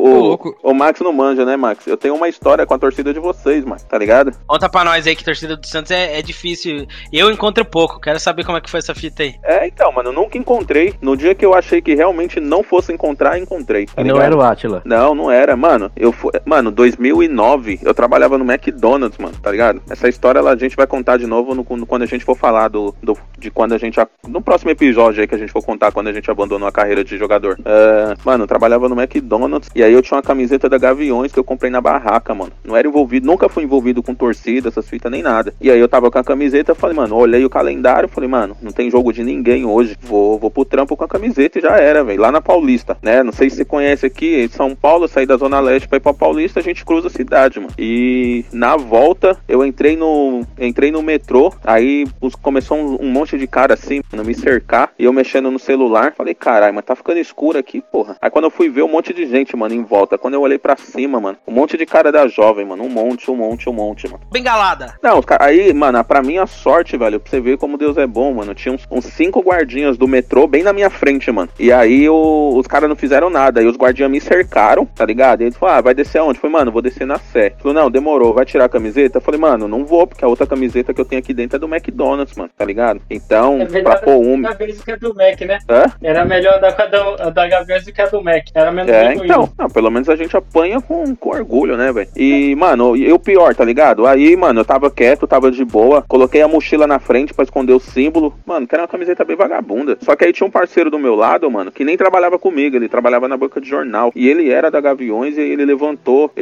O Max não manja, né, Max? Eu tenho uma história com a torcida de vocês, mano, tá ligado? Conta pra nós aí que a torcida do Santos é difícil. Eu encontro pouco, quero saber como é que foi essa fita aí. Então, mano, eu nunca encontrei. No dia que eu achei que realmente não fosse encontrar, encontrei. Tá não era o Átila. Não era, mano. Mano, 2009, eu trabalhava no McDonald's, mano, tá ligado? Essa história a gente vai contar de novo quando a gente for falar de quando a gente... No próximo episódio aí que a gente for contar quando a gente abandonou a carreira de jogador. Mano, eu trabalhava no McDonald's e aí eu tinha uma camiseta da Gaviões que eu comprei na barraca, mano. Não era envolvido, nunca fui envolvido com torcida, essas fitas, nem nada. E aí eu tava com a camiseta, falei, mano, olhei o calendário, falei, mano, não tem jogo de ninguém hoje. Vou pro trampo com a camiseta e já era, velho. Lá na Paulista, né? Não sei se você conhece aqui, em São Paulo, eu saí da Zona Leste pra ir pra Paulista, a gente cruza a cidade, mano. E na volta, eu entrei no metrô, aí começou um monte de cara assim, mano, me cercar, e eu mexendo no celular, falei, caralho, mas tá ficando escuro aqui, porra. Aí quando eu fui ver um monte de gente, mano, em volta, quando eu olhei pra cima, mano, um monte de cara da jovem, mano, um monte, mano. Bengalada. Não, os caras, aí, mano, pra minha sorte, velho, pra você ver como Deus é bom, mano, tinha uns 5 guardinhas do metrô bem na minha frente, mano. E aí os caras não fizeram nada, aí os guardinhas me cercaram, tá ligado? E eles falaram, vai descer aonde? Eu falei, mano, vou descer na Sé. Falei, não, demorou, vai tirar a camiseta? Eu falei, mano, não vou, porque a outra camiseta que eu tenho aqui dentro é do McDonald's, mano, tá ligado? Então, pra pôr uma... Era melhor que a do Mac, né? Hã? Era melhor andar com a da Gaviões do que a do Mac. Era menos então, não, pelo menos a gente apanha com orgulho, né, velho? E, mano, e o pior, tá ligado? Aí, mano, eu tava quieto, tava de boa, coloquei a mochila na frente pra esconder o símbolo, mano, que era uma camiseta bem vagabunda. Só que aí tinha um parceiro do meu lado, mano, que nem trabalhava comigo, ele trabalhava na banca de jornal. E ele era da Gaviões e ele levantou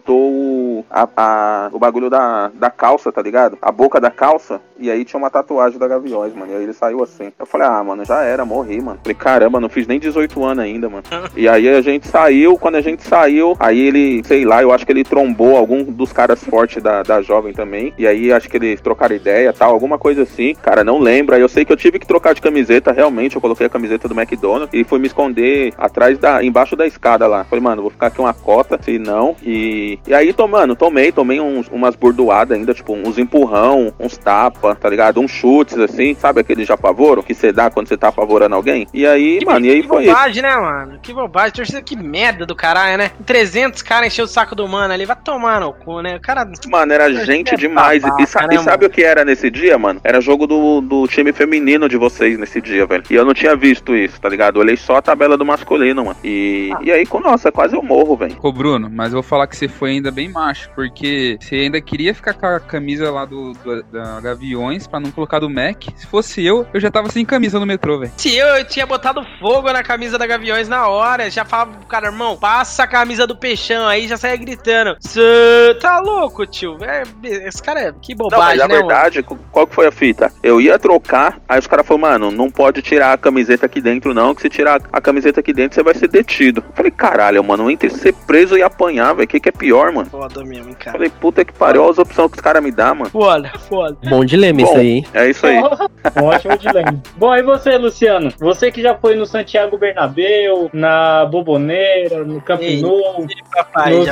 o bagulho da calça, tá ligado? A boca da calça, e aí tinha uma tatuagem da Gaviões, mano, e aí ele saiu assim. Eu falei, mano, já era, morri, mano. Falei, caramba, não fiz nem 18 anos ainda, mano. E aí a gente saiu, quando a gente saiu, aí ele, sei lá, eu acho que ele trombou algum dos caras fortes da jovem também, e aí acho que eles trocaram ideia, tal, alguma coisa assim, cara, não lembro. Aí eu sei que eu tive que trocar de camiseta, realmente, eu coloquei a camiseta do McDonald's e fui me esconder embaixo da escada lá. Falei, mano, vou ficar aqui uma cota, se não, e aí, tomei umas bordoadas ainda, tipo, uns empurrão, uns tapa, tá ligado? Uns chutes, assim, sabe aquele já apavoro que você dá quando você tá apavorando alguém? E aí, mano, e aí foi isso. Que bobagem, né, mano? Que bobagem, torcida, que merda do caralho, né? 300 caras encheu o saco do mano ali, vai tomar no cu, né? O cara... Mano, era gente demais. E sabe o que era nesse dia, mano? Era jogo do time feminino de vocês nesse dia, velho. E eu não tinha visto isso, tá ligado? Eu olhei só a tabela do masculino, mano. E aí, nossa, quase eu morro, velho. Ô, Bruno, mas eu vou falar que você foi ainda bem macho, porque você ainda queria ficar com a camisa lá da Gaviões pra não colocar do Mac. Se fosse eu já tava sem camisa no metrô, velho. Se eu tinha botado fogo na camisa da Gaviões na hora, já falava pro cara, irmão, passa a camisa do Peixão aí, já saia gritando. Cê tá louco, tio? Esse cara, que bobagem, não, mas né, na verdade, qual que foi a fita? Eu ia trocar, aí os caras falaram, mano, não pode tirar a camiseta aqui dentro não, que se tirar a camiseta aqui dentro, você vai ser detido. Eu falei, caralho, mano, entre ser preso e apanhar, velho, que é pior, mano? Foda mesmo, cara. Falei, puta que pariu, olha as opções que os caras me dão, mano. Foda. Bom dilema isso aí, hein? É isso aí. Um ótimo dilema. Bom, e você, Luciano? Você que já foi no Santiago Bernabéu, na Boboneira, no Camp Nou, nos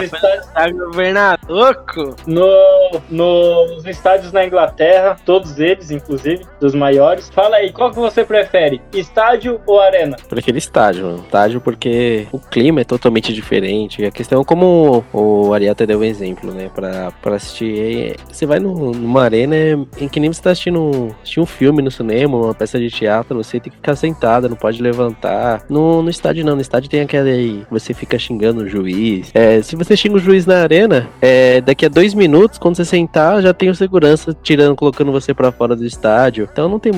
nos estádios na Inglaterra, todos eles, inclusive, dos maiores. Fala aí, qual que você prefere? Estádio ou arena? Prefiro estádio, mano. Estádio porque o clima é totalmente diferente. A questão, como o Ariata deu um exemplo, né? Pra assistir, você vai numa arena em que nem você tá assistindo um filme no cinema, uma peça de teatro, você tem que ficar sentada, não pode levantar. No estádio não, no estádio tem aquela aí, você fica xingando o juiz. Se você xinga o juiz na arena, daqui a 2 minutos, quando você sentar, já tem o segurança colocando você pra fora do estádio. Então não tem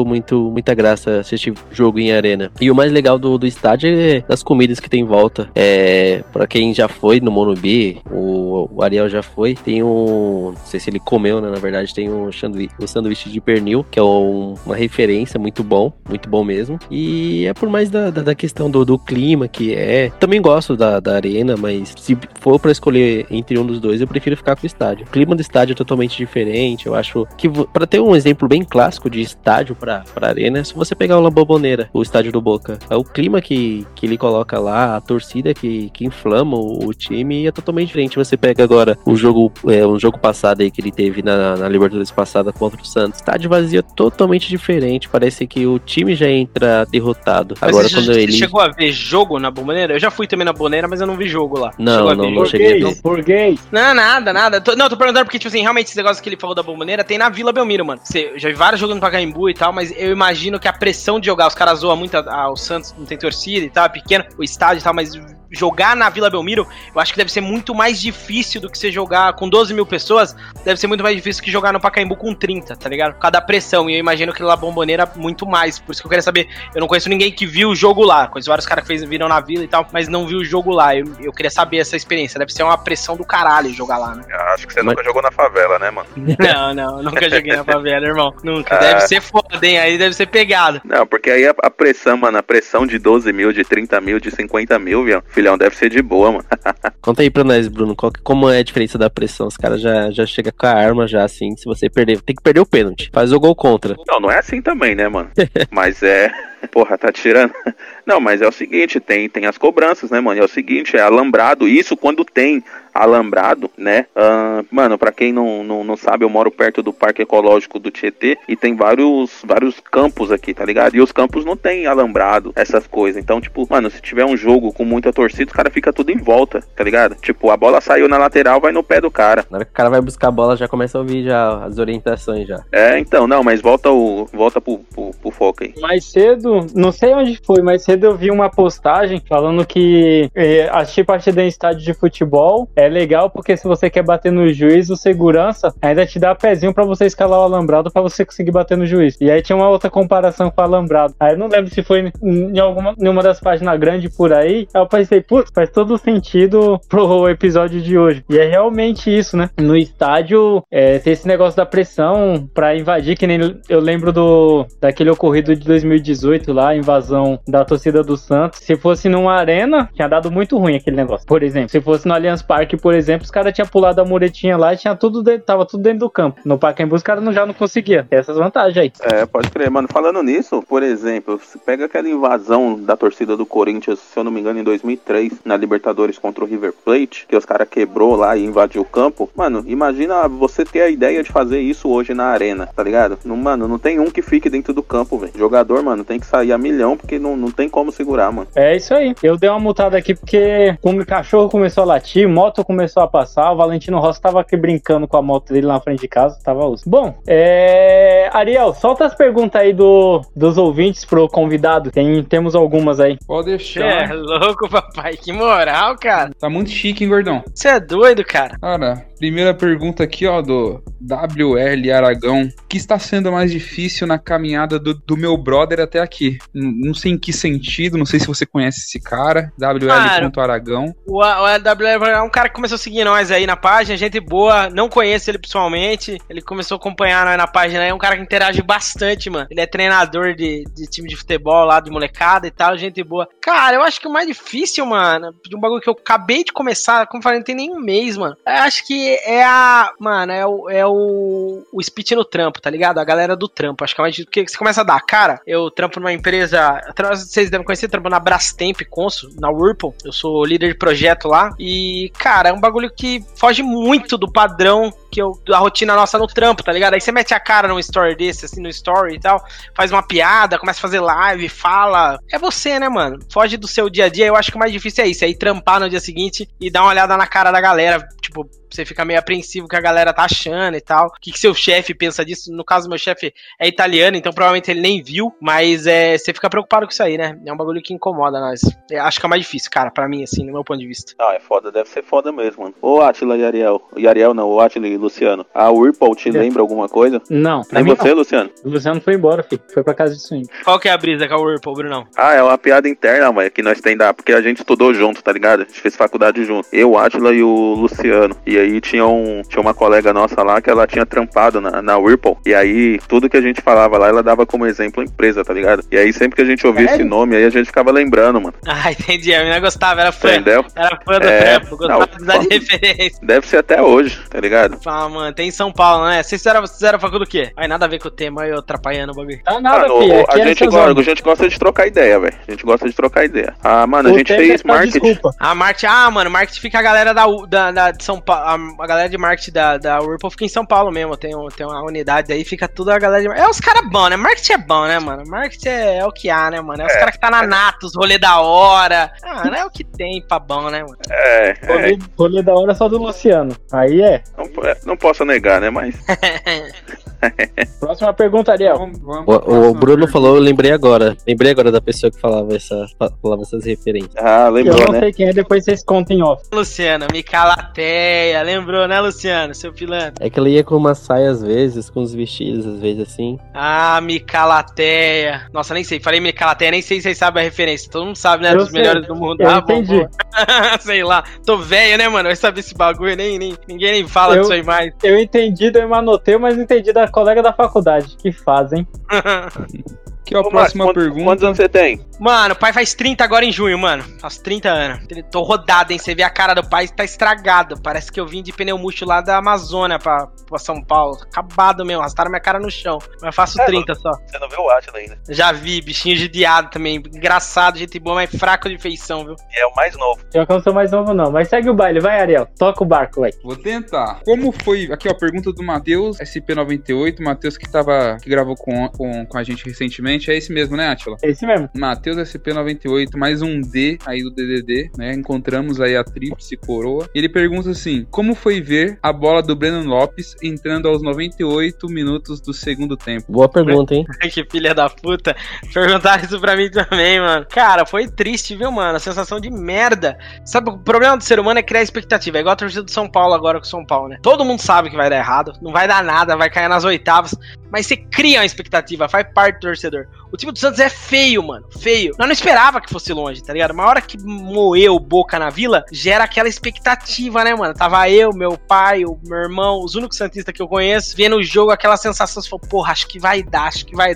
muita graça assistir jogo em arena. E o mais legal do estádio é das comidas que tem em volta. Pra quem já foi no Morumbi, o Ariel já foi, tem não sei se ele comeu, né, na verdade, tem o sanduíche de pernil, que é uma referência muito bom mesmo. E é por mais da questão do clima que também gosto da arena, mas se for pra escolher entre um dos dois, eu prefiro ficar com o estádio. O clima do estádio é totalmente diferente. Eu acho que, pra ter um exemplo bem clássico de estádio pra arena, é se você pegar o La Bombonera, o estádio do Boca, o clima que ele coloca lá, a torcida que inflama o time, é totalmente diferente. Você pega agora um jogo passado aí que ele teve na Libertadores passada contra o Santos, estádio vazio é totalmente diferente, parece que o time já entra derrotado. Mas agora você chegou a ver jogo na Bombonera? Eu já fui também na Bombonera, mas eu não vi jogo lá. Não cheguei. Português. Não, nada. Tô perguntando porque, tipo assim, realmente esse negócio que ele falou da Bombonera tem na Vila Belmiro, mano. Eu já vi vários jogos no Pacaembu e tal, mas eu imagino que a pressão de jogar, os caras zoam muito o Santos, não tem torcida e tal, é pequeno, o estádio e tal, mas jogar na Vila Belmiro, eu acho que deve ser muito mais difícil do que você jogar com 12 mil pessoas, deve ser muito mais difícil que jogar no Pacaembu com 30, tá ligado? Por causa da pressão, e eu imagino que lá Bombonera muito mais, por isso que eu queria saber, eu não conheço ninguém que viu o jogo lá, conheço vários caras que viram na Vila e tal, mas não viu o jogo lá, eu queria saber essa experiência, deve ser uma pressão do caralho jogar lá, né? Eu acho que você nunca jogou na favela, né, mano? Não, nunca joguei na favela, irmão, nunca, deve ser foda, hein, aí deve ser pegado. Não, porque aí a pressão, mano, a pressão de 12 mil, de 30 mil, de 50 mil, filhão, deve ser de boa, mano. Conta aí pra nós, Bruno, como é a diferença da pressão? Os caras já chegam com a arma já, assim, se você perder, tem que perder o pênalti, faz o gol contra. Não é assim também, né, mano? Mas porra, tá tirando. Não, mas é o seguinte, tem as cobranças, né, mano? É o seguinte, é alambrado, isso quando tem alambrado, né? Mano, pra quem não sabe, eu moro perto do Parque Ecológico do Tietê e tem vários campos aqui, tá ligado? E os campos não tem alambrado, essas coisas. Então, tipo, mano, se tiver um jogo com muita torcida, os caras ficam tudo em volta, tá ligado? Tipo, a bola saiu na lateral, vai no pé do cara. Na hora que o cara vai buscar a bola, já começa a ouvir já as orientações já. Então, não, mas volta pro foco aí. Mais cedo, não sei onde foi, mais cedo eu vi uma postagem falando que assistir partida em estádio de futebol é legal porque se você quer bater no juiz, o segurança ainda te dá pezinho pra você escalar o alambrado pra você conseguir bater no juiz. E aí tinha uma outra comparação com o alambrado. Aí eu não lembro se foi em uma das páginas grandes por aí. Aí eu pensei, putz, faz todo sentido pro episódio de hoje. E é realmente isso, né? No estádio tem esse negócio da pressão pra invadir, que nem eu lembro daquele ocorrido de 2018 lá, a invasão da torcida do Santos. Se fosse numa arena, tinha dado muito ruim aquele negócio. Por exemplo, se fosse no Allianz Parque, por exemplo, os caras tinham pulado a muretinha lá e tinha tava tudo dentro do campo. No Pacaembu os caras já não conseguiam. Tem essas vantagens aí. Pode crer, mano. Falando nisso, por exemplo, se pega aquela invasão da torcida do Corinthians, se eu não me engano, em 2003, na Libertadores contra o River Plate, que os caras quebrou lá e invadiu o campo. Mano, imagina você ter a ideia de fazer isso hoje na arena, tá ligado? Mano, não tem um que fique dentro do campo, velho. Jogador, mano, tem que sair a milhão, porque não tem como segurar, mano. É isso aí. Eu dei uma multada aqui porque como o cachorro começou a latir, moto começou a passar, o Valentino Rossi tava aqui brincando com a moto dele na frente de casa, tava osso. Bom, Ariel, solta as perguntas aí dos ouvintes pro convidado. Temos algumas aí. Pode deixar. É louco, papai. Que moral, cara. Tá muito chique, hein, gordão? Você é doido, cara. Cara, primeira pergunta aqui, ó, do WL Aragão. O que está sendo mais difícil na caminhada do meu brother até aqui? Não sei em que sentido, não sei se você conhece esse cara. WL.Aragão. O WL é um cara que começou a seguir nós aí na página, gente boa, não conheço ele pessoalmente. Ele começou a acompanhar nós na página, é um cara que interage bastante, mano. Ele é treinador de time de futebol lá, de molecada e tal, gente boa. Cara, eu acho que o mais difícil, mano, de um bagulho que eu acabei de começar, como eu falei, não tem nem um mês, mano. Eu acho que é o speech no trampo, tá ligado? A galera do trampo. Acho que é mais difícil, porque você começa a dar cara. Eu trampo numa empresa, vocês devem conhecer, trampo na Brastemp Consul, na Whirlpool. Eu sou líder de projeto lá. E, cara, é um bagulho que foge muito do padrão da rotina nossa no trampo, tá ligado? Aí você mete a cara num story desse, assim, no story e tal, faz uma piada, começa a fazer live, fala. É você, né, mano? Foge do seu dia a dia. Eu acho que o mais difícil é isso, é ir trampar no dia seguinte e dar uma olhada na cara da galera, tipo, Você fica meio apreensivo que a galera tá achando e tal. O que seu chefe pensa disso? No caso, meu chefe é italiano, então provavelmente ele nem viu, mas você fica preocupado com isso aí, né? É um bagulho que incomoda nós. Eu acho que é mais difícil, cara, pra mim, assim, no meu ponto de vista. Ah, é foda, deve ser foda mesmo, mano. Ô, Átila e Ariel. E Ariel não, o Átila e Luciano. A Whirlpool te lembra alguma coisa? Não. Nem você, Luciano? O Luciano foi embora, filho. Foi pra casa de swing. Qual que é a brisa com a Whirlpool, Brunão? Ah, é uma piada interna, mas que nós tem porque a gente estudou junto, tá ligado? A gente fez faculdade junto. Eu, Átila e o Luciano. E aí tinha uma colega nossa lá que ela tinha trampado na Whirlpool. E aí, tudo que a gente falava lá, ela dava como exemplo a empresa, tá ligado? E aí, sempre que a gente ouvia esse nome, aí a gente ficava lembrando, mano. Ah, entendi. A menina gostava, era fã. Entendeu? Era fã do trampo, gostava de dar de referência. Deve ser até hoje, tá ligado? Ah, mano, tem em São Paulo, né? Vocês fizeram faculdade do quê? Ai, nada a ver com o tema, eu atrapalhando o bagulho. Tá nada, Mano, filho. a gente gosta de trocar ideia, velho. A gente gosta de trocar ideia. Ah, mano, a gente fez marketing. Desculpa. Mano, marketing fica a galera de São Paulo. A galera de marketing da Whirlpool fica em São Paulo mesmo. Tem uma unidade aí, fica tudo a galera de marketing. É os caras bons, né? Marketing é bom, né, mano? Marketing é o que há, né, mano? É os caras que tá na Natos, rolê da hora. Ah, não é o que tem pra bom, né, mano? Rolê da hora só do Luciano. Aí é. Não posso negar, né, mas... Próxima pergunta, Ariel. O Bruno falou, eu lembrei agora da pessoa que falava essas referências. Ah, lembrou, né? Eu não sei quem é, depois vocês contem off. Luciano, Micalateia, lembrou, né, Luciano? Seu pilantra. É que ela ia com uma saia às vezes, com os vestidos às vezes assim. Ah, Micalateia. Nossa, nem sei, falei Micalateia, nem sei se vocês sabem a referência. Todo mundo sabe, né, dos melhores do mundo. Eu entendi. Sei lá, tô velho, né, mano? Vai saber esse bagulho, ninguém nem fala disso aí mais. Eu entendi, eu anotei, mas não entendi da colega da faculdade. Que fazem. Aqui, ó, a próxima pergunta. Quantos anos você tem? Mano, o pai faz 30 agora em junho, mano. Faz 30 anos. Tô rodado, hein? Você vê a cara do pai, tá estragado. Parece que eu vim de pneu murcho lá da Amazônia pra São Paulo. Acabado mesmo, arrastaram minha cara no chão. Mas faço 30 só. Você não viu o Átila ainda? Já vi, bichinho judiado também. Engraçado, gente boa, mas fraco de feição, viu? E é o mais novo. Eu não sou mais novo, não. Mas segue o baile, vai, Ariel. Toca o barco, vai. Vou tentar. Como foi... Aqui, ó, a pergunta do Matheus, SP98. Matheus que gravou com a gente recentemente. É esse mesmo, né, Átila? É esse mesmo. Matheus SP98, mais um D aí do DDD, né? Encontramos aí a tríplice coroa. Ele pergunta assim, como foi ver a bola do Breno Lopes entrando aos 98 minutos do segundo tempo? Boa pergunta, hein? Que filha da puta. Perguntaram isso pra mim também, mano. Cara, foi triste, viu, mano? A sensação de merda. Sabe, o problema do ser humano é criar expectativa. É igual a torcida do São Paulo agora com o São Paulo, né? Todo mundo sabe que vai dar errado, não vai dar nada, vai cair nas oitavas. Mas você cria uma expectativa, faz parte do torcedor. O time do Santos é feio, mano. Feio. Nós não esperava que fosse longe, tá ligado? Uma hora que moeu o Boca na Vila, gera aquela expectativa, né, mano? Tava eu, meu pai, o meu irmão, os únicos santistas que eu conheço, vendo o jogo, aquela sensação, você falou, porra, acho que vai dar.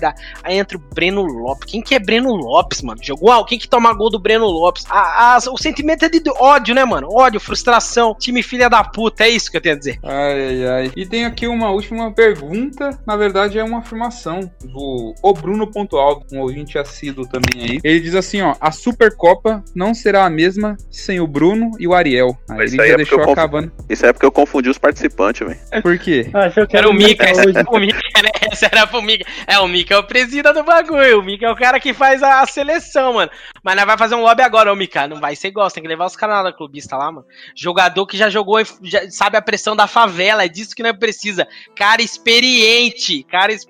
Aí entra o Breno Lopes. Quem que é Breno Lopes, mano? Jogou? Quem que toma gol do Breno Lopes? O sentimento é de ódio, né, mano? Ódio, frustração, time filha da puta, é isso que eu tenho a dizer. Ai. E tem aqui uma última pergunta, na verdade é uma afirmação do Bruno.aldo, um ouvinte assíduo também aí. Ele diz assim, ó, a Supercopa não será a mesma sem o Bruno e o Ariel. Aí ele já deixou acabando. Isso é porque eu confundi os participantes, velho. Por quê? Achou que era o Mika, essa era pro Mika, né? Essa era pro Mika. O Mika é o presidente do bagulho, o Mika é o cara que faz a seleção, mano. Mas nós vai fazer um lobby agora, ô Mika, não vai ser igual, você tem que levar os caras da clubista lá, mano. Jogador que já jogou, já sabe a pressão da favela, é disso que nós precisa. Cara experiente,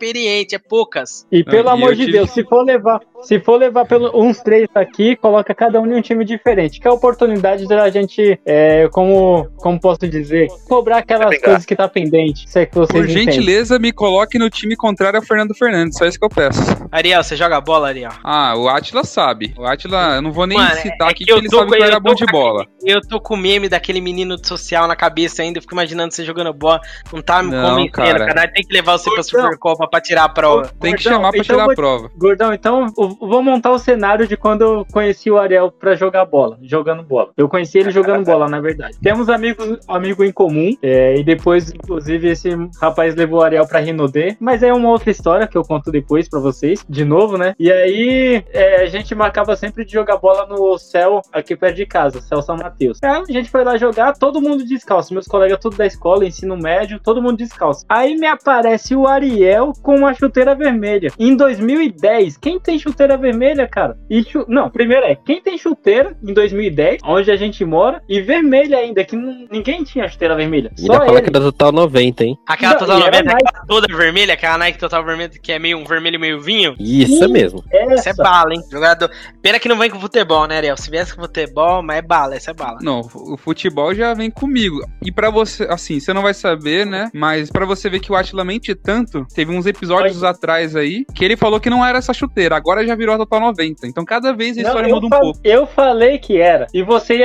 é poucas. E pelo amor de Deus, se for levar uns 3 aqui, coloca cada um em um time diferente, que é a oportunidade da gente, como posso dizer, cobrar aquelas coisas que tá pendente. Se é que vocês Por gentileza, me coloque no time contrário a Fernando Fernandes, só isso que eu peço. Ariel, você joga bola, Ariel? O Átila sabe. O Átila, eu não vou nem citar aqui que ele sabe que era bom de bola. Eu tô com o meme daquele menino social na cabeça ainda, eu fico imaginando você jogando bola, não tá me convencendo, cara. Tem que levar você pra Supercopa pra tirar a prova. Tem que chamar pra tirar a prova. Gordão, então vou montar o cenário de quando eu conheci o Ariel pra jogar bola, jogando bola. Eu conheci ele jogando bola, na verdade. Temos amigo em comum, e depois, inclusive, esse rapaz levou o Ariel pra Rinodê, mas é uma outra história que eu conto depois pra vocês, de novo, né? E aí, a gente marcava sempre de jogar bola no Céu, aqui perto de casa, Céu São Mateus. A gente foi lá jogar, todo mundo descalço, meus colegas tudo da escola, ensino médio, todo mundo descalço. Aí me aparece o Ariel com uma chuteira vermelha. Em 2010, quem tem chuteira chuteira vermelha, cara. Não, primeiro quem tem chuteira em 2010, onde a gente mora, e vermelha ainda, que ninguém tinha chuteira vermelha. Ainda fala que era Total 90, hein? Aquela Total 90, aquela toda vermelha, aquela Nike Total vermelha, que é meio um vermelho meio vinho. Isso, é mesmo. Essa é bala, hein? Jogador. Pena que não vem com futebol, né, Ariel? Se viesse com futebol, mas é bala, essa é bala. Não, o futebol já vem comigo. E pra você, assim, você não vai saber, né? Mas pra você ver que o Átila mente tanto, teve uns episódios atrás aí, que ele falou que não era essa chuteira, agora já virou a Total 90. Então cada vez a história muda um pouco. Eu falei que era. E você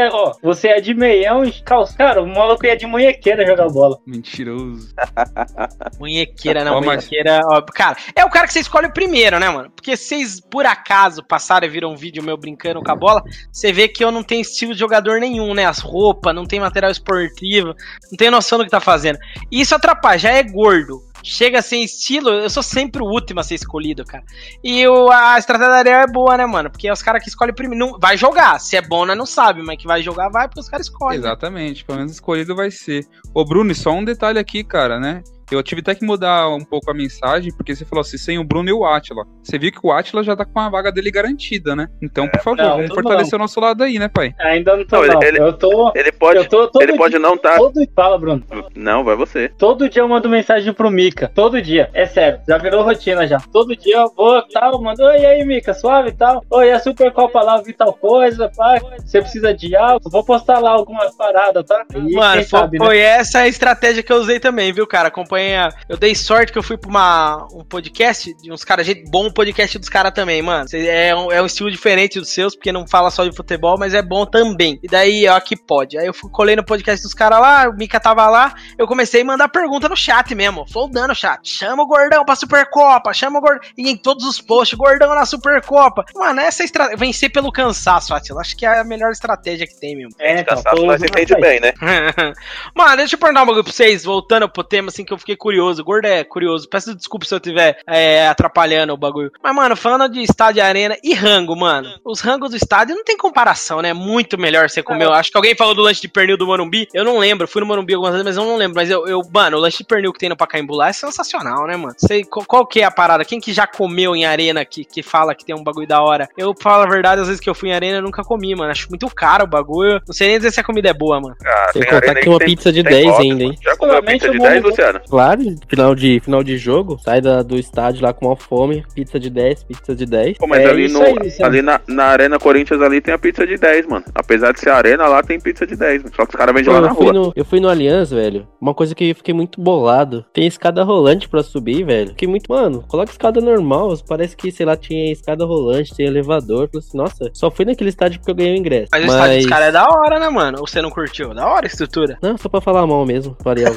é de meião e calça. Cara, o maluco ia de munhequeira jogar bola. Mentiroso. Munhequeira, não, munhequeira. Ó, cara, é o cara que você escolhe o primeiro, né, mano? Porque vocês, por acaso, passaram e viram um vídeo meu brincando com a bola, você vê que eu não tenho estilo de jogador nenhum, né? As roupas, não tem material esportivo, não tenho noção do que tá fazendo. E isso atrapalha, já é gordo. Chega sem estilo, eu sou sempre o último a ser escolhido, cara. E a estratégia da Ariel é boa, né, mano? Porque é os caras que escolhem primeiro. Não, vai jogar, se é bom, nós não sabe, mas que vai jogar, vai, porque os caras escolhem. Exatamente, pelo menos escolhido vai ser. Ô, Bruno, só um detalhe aqui, cara, né? Eu tive até que mudar um pouco a mensagem, porque você falou assim, sem o Bruno e o Átila. Você viu que o Átila já tá com a vaga dele garantida, né? Então, por favor, vamos fortalecer o nosso lado aí, né, pai? Ainda não tô, não. Ele pode não tá... Fala, Bruno. Não, vai você. Todo dia eu mando mensagem pro Mika. Todo dia. É sério, já virou rotina já. Todo dia eu vou, tal, mando, oi, aí, Mika, suave e tal. Oi, a Supercopa lá, eu vi tal coisa, pai. Você precisa de algo? Vou postar lá alguma parada, tá? E mano, foi essa a estratégia que eu usei também, viu, cara? Eu dei sorte que eu fui pra um podcast de uns caras, gente bom, podcast dos caras também, mano. É um estilo diferente dos seus, porque não fala só de futebol, mas é bom também. E daí, ó, que pode. Aí eu colei no podcast dos caras lá, o Mika tava lá, eu comecei a mandar pergunta no chat mesmo, flodando o chat. Chama o Gordão pra Supercopa, chama o Gordão. E em todos os posts, Gordão na Supercopa. Mano, essa estratégia, vencer pelo cansaço, Átila, acho que é a melhor estratégia que tem mesmo. Cansaço nós entende bem, né? Mano, deixa eu perguntar um bagulho pra vocês, voltando pro tema, assim, que eu fiquei curioso. Gordo é curioso. Peço desculpa se eu estiver atrapalhando o bagulho. Mas, mano, falando de estádio, arena e rango, mano. Os rangos do estádio não tem comparação, né? Muito melhor você comer. Acho que alguém falou do lanche de pernil do Morumbi. Eu não lembro. Fui no Morumbi algumas vezes, mas eu não lembro. Mas mano, o lanche de pernil que tem no Pacaembu lá é sensacional, né, mano? Sei qual que é a parada. Quem que já comeu em arena que fala que tem um bagulho da hora? Eu falo a verdade, às vezes que eu fui em arena eu nunca comi, mano. Acho muito caro o bagulho. Não sei nem dizer se a comida é boa, mano. Sem contar que tem uma pizza de 10 ainda, hein? Já comeu pizza de 10, Luciano? Claro, final de jogo, sai do estádio lá com uma fome, pizza de 10. Pô, mas ali na Arena Corinthians ali tem a pizza de 10, mano. Apesar de ser arena, lá tem pizza de 10, mano. Só que os caras vendem lá na rua. Eu fui no Allianz, velho. Uma coisa que eu fiquei muito bolado. Tem escada rolante pra subir, velho. Fiquei muito, mano, coloca escada normal. Parece que, sei lá, tinha escada rolante, tem elevador. Falei assim, nossa, só fui naquele estádio porque eu ganhei o ingresso. Mas o estádio dos caras é da hora, né, mano? Ou você não curtiu? Da hora a estrutura. Não, só pra falar mal mesmo, Ariel.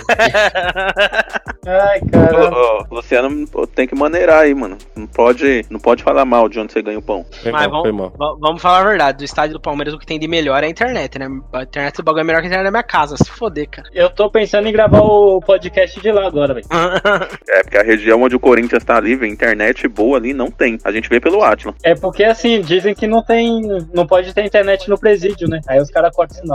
Ai, cara. Luciano tem que maneirar aí, mano. Não pode falar mal de onde você ganha o pão. Vamos falar a verdade. Do estádio do Palmeiras, o que tem de melhor é a internet, né? A internet do bagulho é melhor que a internet da minha casa. Se foder, cara. Eu tô pensando em gravar o podcast de lá agora, velho. Porque a região onde o Corinthians tá ali, velho, internet boa ali não tem. A gente vê pelo Átila. É porque, assim, dizem que não pode ter internet no presídio, né? Aí os caras cortam o sinal.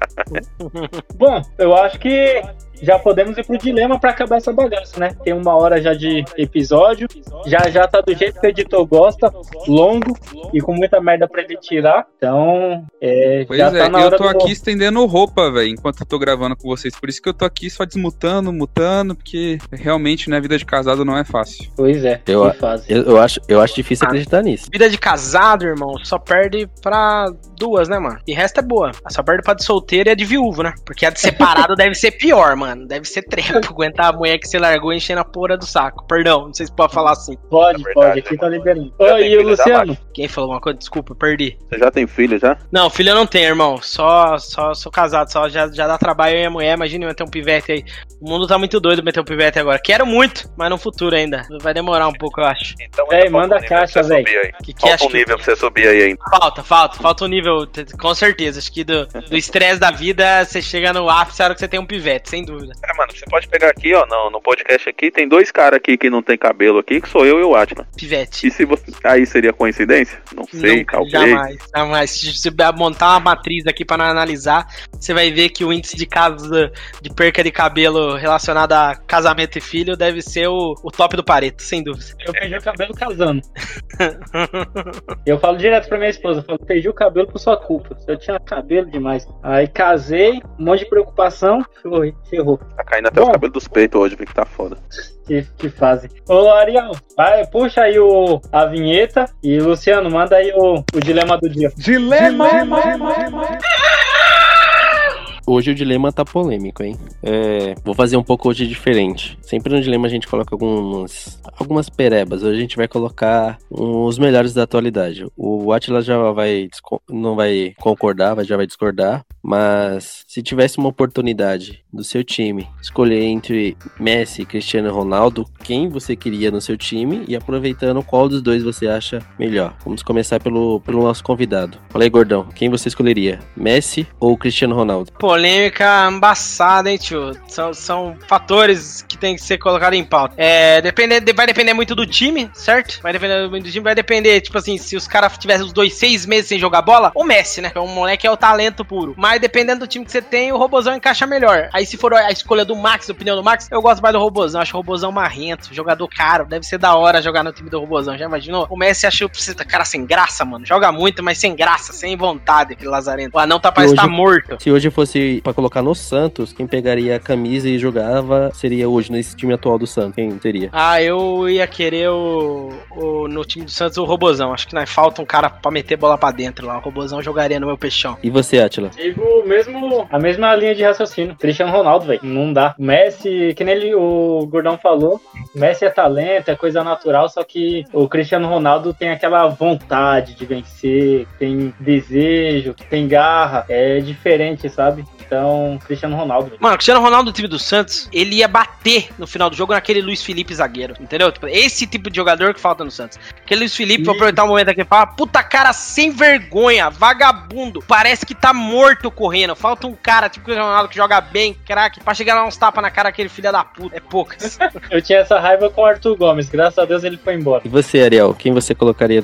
Bom, eu acho que já podemos ir pro dilema pra acabar essa bagaça, né? Tem 1 hora já de episódio. Já tá do jeito que o editor gosta, longo e com muita merda pra ele tirar. Então, já tá na hora. Eu tô aqui estendendo roupa, velho, enquanto eu tô gravando com vocês. Por isso que eu tô aqui só desmutando, mutando, porque realmente, né, vida de casado não é fácil. Pois é, eu acho difícil acreditar nisso. Vida de casado, irmão, só perde pra 2, né, mano? E resto é boa. Só perde pra de solteiro e a de viúvo, né? Porque a de separado deve ser pior, mano. Deve ser trepo aguentar a mulher que você largou enchendo a porra do saco. Perdão, não sei se pode falar assim. Pode, aqui tá liberando. E o Luciano? Quem falou uma coisa? Desculpa, perdi. Você já tem filho, já? Não, filho eu não tenho, irmão. Só sou casado, só já dá trabalho eu e a mulher. Imagina eu meter um pivete aí. O mundo tá muito doido meter um pivete agora. Quero muito, mas no futuro ainda. Vai demorar um pouco, eu acho. Então, manda a caixa, velho. Falta um nível pra você subir aí ainda. Falta um nível nível, com certeza. Acho que do estresse da vida, você chega no ápice na hora que você tem um pivete, sem dúvida. Mano, você pode pegar aqui, ó, no podcast aqui, tem 2 caras aqui que não tem cabelo aqui, que sou eu e o Atila. Pivete. E se você... Aí seria coincidência? Não sei, talvez. Jamais. Se você montar uma matriz aqui pra analisar, você vai ver que o índice de casos de perca de cabelo relacionado a casamento e filho deve ser o top do Pareto, sem dúvida. Eu perdi o cabelo casando. Eu falo direto pra minha esposa, eu falo, perdi o cabelo por sua culpa. Eu tinha cabelo demais. Aí casei, um monte de preocupação, ferrou. Tá caindo até os cabelos dos peitos hoje, que tá foda. Que fazem. Ô, Ariel, puxa aí a vinheta e, Luciano, manda aí o dilema do dia. Dilema. Hoje o dilema tá polêmico, hein? Vou fazer um pouco hoje diferente. Sempre no dilema a gente coloca algumas perebas. Hoje a gente vai colocar os melhores da atualidade. O Atila já não vai concordar, já vai discordar. Mas se tivesse uma oportunidade do seu time escolher entre Messi e Cristiano Ronaldo, quem você queria no seu time e aproveitando qual dos dois você acha melhor? Vamos começar pelo nosso convidado. Fala aí, gordão, quem você escolheria? Messi ou Cristiano Ronaldo? Polêmica embaçada, hein, tio? São fatores que tem que ser colocados em pauta. Vai depender muito do time, certo? Vai depender, tipo assim, se os caras tivessem os 6 meses sem jogar bola, o Messi, né? Que é um moleque, é o talento puro. Mas dependendo do time que você tem, o Robozão encaixa melhor. Aí se for a escolha do Max, a opinião do Max, eu gosto mais do Robozão. Acho o Robozão marrento, jogador caro. Deve ser da hora jogar no time do Robozão. Já imaginou? O Messi achou cara sem graça, mano. Joga muito, mas sem graça, sem vontade, aquele lazarento. O anão parece estar morto. Se hoje fosse pra colocar no Santos, quem pegaria a camisa e jogava seria hoje, nesse time atual do Santos. Quem seria? Eu ia querer no time do Santos o Robozão. Acho que falta um cara pra meter bola pra dentro lá. O Robozão jogaria no meu peixão. E você, Atila? A mesma linha de raciocínio. Cristiano Ronaldo, velho. Não dá. Messi, que nem o Gordão falou, Messi é talento, é coisa natural, só que o Cristiano Ronaldo tem aquela vontade de vencer, tem desejo, tem garra. É diferente, sabe? Então, Cristiano Ronaldo. Véio. Mano, o Cristiano Ronaldo do time do Santos, ele ia bater no final do jogo naquele Luiz Felipe zagueiro, entendeu? Esse tipo de jogador que falta no Santos. Aquele Luiz Felipe, vou aproveitar um momento aqui e falar, puta cara sem vergonha, vagabundo, parece que tá morto correndo. Falta um cara, tipo o Cristiano Ronaldo, que joga bem, craque, pra chegar lá uns tapas na cara daquele filho da puta. É poucas. Eu tinha essa raiva com o Arthur Gomes, graças a Deus ele foi embora. E você, Ariel, quem você colocaria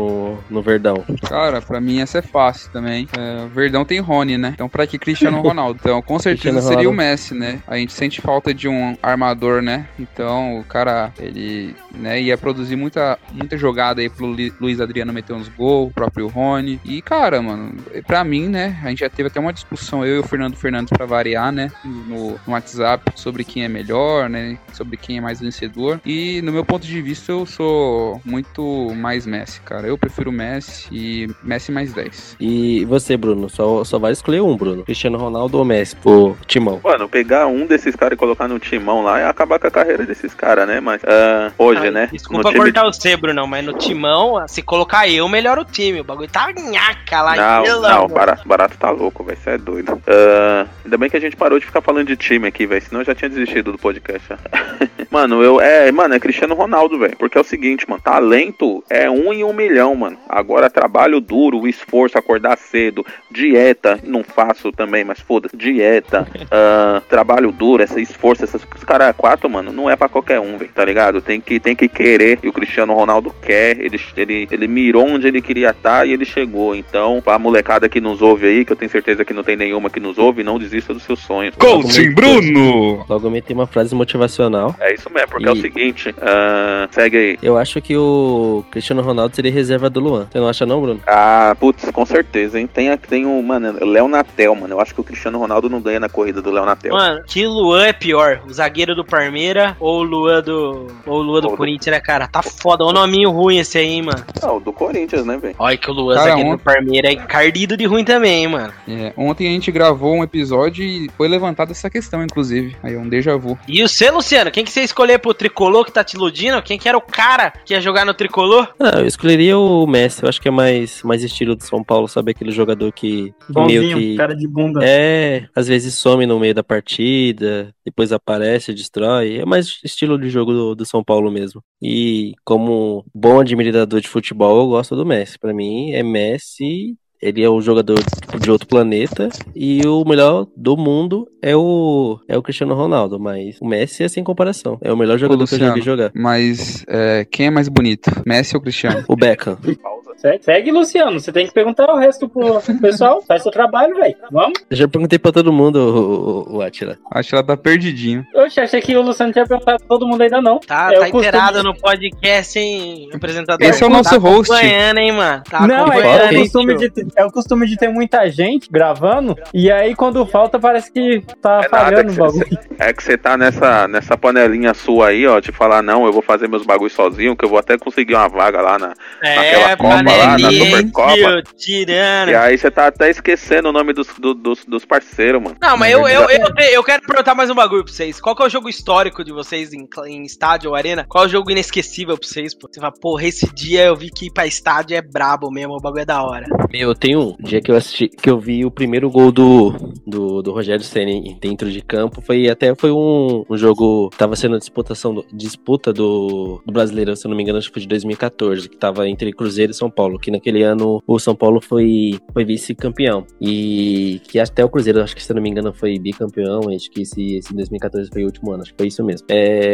no Verdão? Cara, pra mim essa é fácil também. O Verdão tem Rony, né? Então pra que Cristiano Ronaldo? Então com certeza seria o Messi, né? A gente sente falta de um armador, né? Então o cara, ele, né, ia produzir muita jogada aí pro Luiz Adriano meter uns gols, o próprio Rony. E cara, mano, pra mim, né, a gente já teve até uma discussão, eu e o Fernando Fernandes, pra variar, né, no WhatsApp, sobre quem é melhor, né, sobre quem é mais vencedor. E no meu ponto de vista, eu sou muito mais Messi, cara. Eu prefiro Messi e Messi mais 10. E você, Bruno? Só vai escolher um, Bruno. Cristiano Ronaldo ou Messi pro timão? Mano, pegar um desses caras e colocar no timão lá é acabar com a carreira desses caras, né? Mas hoje, né? Desculpa cortar você, Bruno, mas no timão, se colocar eu, melhora o time. O bagulho tá nhaca lá. Não, barato tá louco, velho. Você é doido. Ainda bem que a gente parou de ficar falando de time aqui, velho. Senão eu já tinha desistido do podcast. Mano, é Cristiano Ronaldo, velho. Porque é o seguinte, mano. Talento é 1 em 1 milhão, mano. Agora, trabalho duro, esforço, acordar cedo, dieta, não faço também, mas foda-se, dieta, trabalho duro, esse esforço, esses caras 4, mano, não é pra qualquer um, velho, tá ligado? Tem que querer, e o Cristiano Ronaldo quer, ele mirou onde ele queria estar e ele chegou. Então, a molecada que nos ouve aí, que eu tenho certeza que não tem nenhuma que nos ouve, não desista dos seus sonhos. Coaching Bruno! Logo me tem uma frase motivacional. É isso mesmo, porque é o seguinte, segue aí. Eu acho que o Cristiano Ronaldo seria reserva do Luan. Você não acha não, Bruno? Putz, com certeza, hein? Tem o, mano, Léo Natel, mano. Eu acho que o Cristiano Ronaldo não ganha na corrida do Léo Natel. Mano, que Luan é pior? O zagueiro do Palmeiras ou o Luan do Corinthians, né, cara? Tá foda. Olha o nominho ruim esse aí, hein, mano. Não, do Corinthians, né, velho? Olha que o Luan, zagueiro do Palmeiras, é cardido de ruim também, hein, mano. Ontem a gente gravou um episódio e foi levantada essa questão, inclusive. Aí um déjà vu. E você, Luciano? Quem que você escolher pro Tricolor que tá te iludindo? Quem que era o cara que ia jogar no Tricolor? Eu escolheria o Messi. Eu acho que é mais estilo do São Paulo, sabe? Aquele jogador que... Bonzinho, meio que... cara de bunda. Às vezes some no meio da partida, depois aparece, destrói. É mais estilo de jogo do São Paulo mesmo. E como bom admirador de futebol, eu gosto do Messi. Pra mim, é Messi ele é o jogador de outro planeta e o melhor do mundo é o Cristiano Ronaldo, mas o Messi é sem comparação. É o melhor jogador que eu já vi jogar. Mas quem é mais bonito? Messi ou Cristiano? O Beckham. Segue, Luciano. Você tem que perguntar o resto pro pessoal. Faz seu trabalho, velho. Vamos? Eu já perguntei pra todo mundo, o Atila. Acho que ela tá perdidinho. Oxe, achei que o Luciano tinha perguntado pra todo mundo ainda não. Tá inteirado no podcast, hein, apresentador. Esse é o nosso host. Tá acompanhando, hein, mano. Não, é o costume de ter muita gente gravando, e aí quando falta parece que tá falhando o bagulho. É que você tá nessa panelinha sua aí, ó, de falar, não, eu vou fazer meus bagulhos sozinho, que eu vou até conseguir uma vaga lá naquela Copa lá, na Supercopa. Tirando. E aí você tá até esquecendo o nome dos parceiros, mano. Não, mas eu quero perguntar mais um bagulho pra vocês. Qual que é o jogo histórico de vocês em estádio ou arena? Qual é o jogo inesquecível pra vocês? Pô? Você fala, porra, esse dia eu vi que ir pra estádio é brabo mesmo, o bagulho é da hora. Meu, tem um dia que eu assisti, que eu vi o primeiro gol do Rogério Ceni dentro de campo, foi um jogo, tava sendo a disputa do Brasileirão, se eu não me engano, acho que foi de 2014, que tava entre Cruzeiro e São Paulo, que naquele ano o São Paulo foi vice-campeão, e que até o Cruzeiro, acho que se eu não me engano, foi bicampeão, acho que esse 2014 foi o último ano, acho que foi isso mesmo.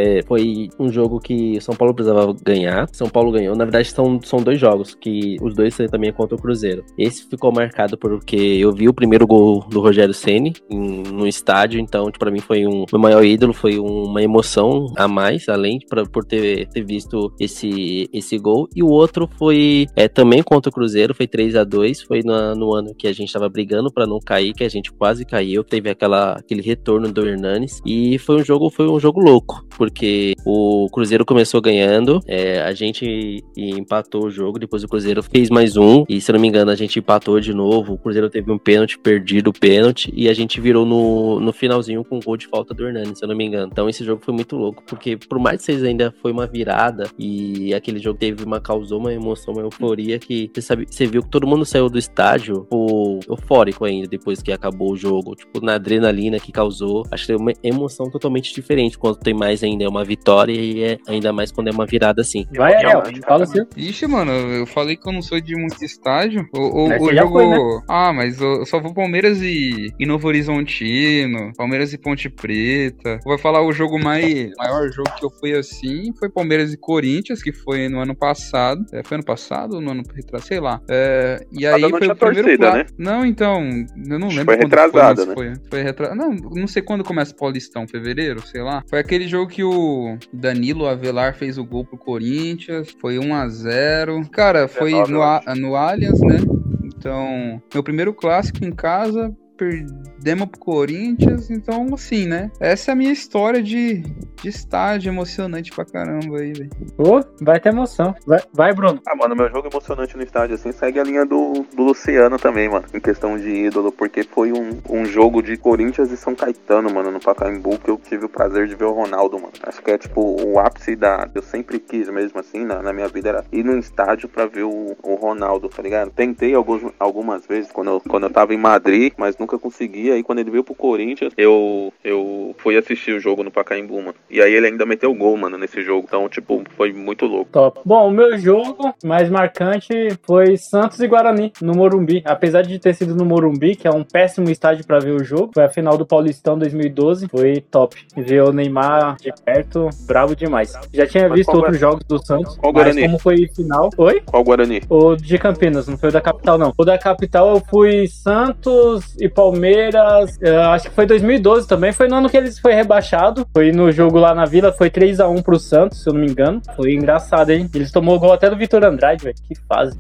Foi um jogo que o São Paulo precisava ganhar, São Paulo ganhou, na verdade são dois jogos, que os dois também é contra o Cruzeiro. Esse ficou marcado porque eu vi o primeiro gol do Rogério Ceni no estádio, então pra mim foi meu maior ídolo, foi uma emoção a mais, além por ter visto esse gol. E o outro foi também contra o Cruzeiro, foi 3-2, foi no ano que a gente tava brigando pra não cair, que a gente quase caiu, teve aquele retorno do Hernanes, e foi um jogo louco, porque o Cruzeiro começou ganhando, a gente empatou o jogo, depois o Cruzeiro fez mais um, e se eu não me engano a gente empatou de novo, o Cruzeiro teve um pênalti, perdido o pênalti, e a gente virou no finalzinho com um gol de falta do Hernanes, se eu não me engano. Então esse jogo foi muito louco, porque por mais que vocês ainda foi uma virada, e aquele jogo causou uma emoção, uma euforia, que você viu que todo mundo saiu do estádio eufórico ainda, depois que acabou o jogo, tipo, na adrenalina que causou. Acho que é uma emoção totalmente diferente, quando tem mais ainda uma vitória, e ainda mais quando é uma virada assim. Vai, Ariel, fala assim. Ixi, mano, eu falei que eu não sou de muito estádio. O jogo... Foi, né? Ah, mas eu só vou Palmeiras e Novo Horizontino, Palmeiras e Ponte Preta. Vou falar o jogo maior jogo que eu fui assim, foi Palmeiras e Corinthians, que foi no ano passado. Foi ano passado ou no ano retrasado? Sei lá. E aí foi o primeiro torcida, né? Não, então, eu não lembro foi quando retrasado, foi, né? Foi retrasado. Não sei quando começa o Paulistão, fevereiro, sei lá. Foi aquele jogo que o Danilo Avelar fez o gol pro Corinthians, foi 1-0. Cara, foi no Allianz, né? Então, meu primeiro clássico em casa, perdemos pro Corinthians, então assim, né? Essa é a minha história de estádio emocionante pra caramba aí, velho. Pô, vai ter emoção. Vai, Bruno. Ah, mano, meu jogo emocionante no estádio, assim, segue a linha do Luciano também, mano, em questão de ídolo, porque foi um jogo de Corinthians e São Caetano, mano, no Pacaembu, que eu tive o prazer de ver o Ronaldo, mano. Acho que é, tipo, o ápice eu sempre quis mesmo, assim, na minha vida, era ir no estádio pra ver o Ronaldo, tá ligado? Tentei algumas vezes, quando eu tava em Madrid, mas nunca consegui. Aí quando ele veio pro Corinthians, eu fui assistir o jogo no Pacaembu, mano. E aí ele ainda meteu gol, mano, nesse jogo. Então, tipo, foi muito louco. Top. Bom, o meu jogo mais marcante foi Santos e Guarani, no Morumbi. Apesar de ter sido no Morumbi, que é um péssimo estádio pra ver o jogo, foi a final do Paulistão 2012, foi top. Ver o Neymar de perto, bravo demais. Já tinha visto outros jogos do Santos, qual mas Guarani? Como foi final... Oi? Qual Guarani? O de Campinas, não foi o da capital, não. O da capital eu fui Santos e Palmeiras, acho que foi 2012 também, foi no ano que eles foi rebaixado, foi no jogo lá na Vila, foi 3-1 pro Santos, se eu não me engano. Foi engraçado, hein? Eles tomou o gol até do Vitor Andrade, velho, que fase.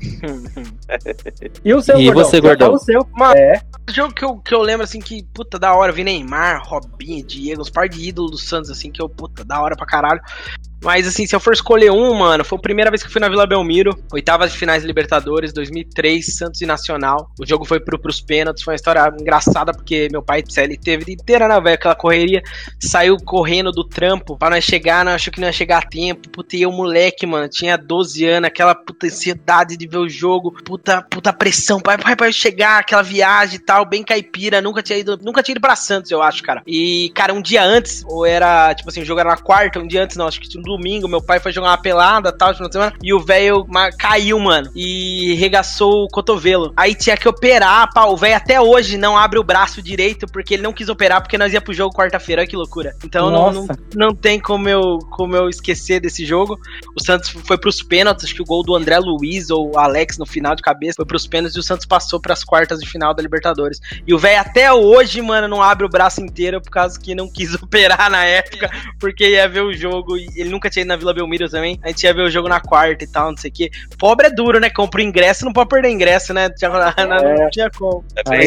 E o seu, e Gordão? Você, Gordão? O seu? Mano, jogo que eu lembro, assim, que, puta, da hora, vi Neymar, Robinho, Diego, uns par de ídolos do Santos, assim, que eu, puta, da hora pra caralho. Mas, assim, se eu for escolher um, mano, foi a primeira vez que eu fui na Vila Belmiro, oitavas de finais de Libertadores, 2003, Santos e Nacional. O jogo foi pros pênaltis, foi uma história engraçada, porque meu pai CLT a vida inteira, né, velho, aquela correria, saiu correndo do trampo pra nós chegar, não achou que não ia chegar a tempo, puta, e eu, moleque, mano, tinha 12 anos, aquela puta ansiedade de ver o jogo, puta pressão, pai, pra eu chegar, aquela viagem e tal, bem caipira, nunca tinha ido pra Santos, eu acho, cara. E, cara, um dia antes, ou era, tipo assim, o jogo era na quarta, um dia antes, não, acho que domingo, meu pai foi jogar uma pelada, tal, de final de semana, e o velho caiu, mano, e regaçou o cotovelo. Aí tinha que operar, pá, o velho até hoje não abre o braço direito, porque ele não quis operar, porque nós ia pro jogo quarta-feira, olha que loucura. Então não tem como eu esquecer desse jogo. O Santos foi pros pênaltis, acho que o gol do André Luiz ou o Alex no final de cabeça foi pros pênaltis e o Santos passou pras quartas de final da Libertadores. E o velho até hoje, mano, não abre o braço inteiro por causa que não quis operar na época, porque ia ver o jogo, e ele nunca tinha ido na Vila Belmiro também, a gente ia ver o jogo na quarta e tal, não sei o que. Pobre é duro, né? Compra o ingresso, não pode perder ingresso, né? Não tinha como.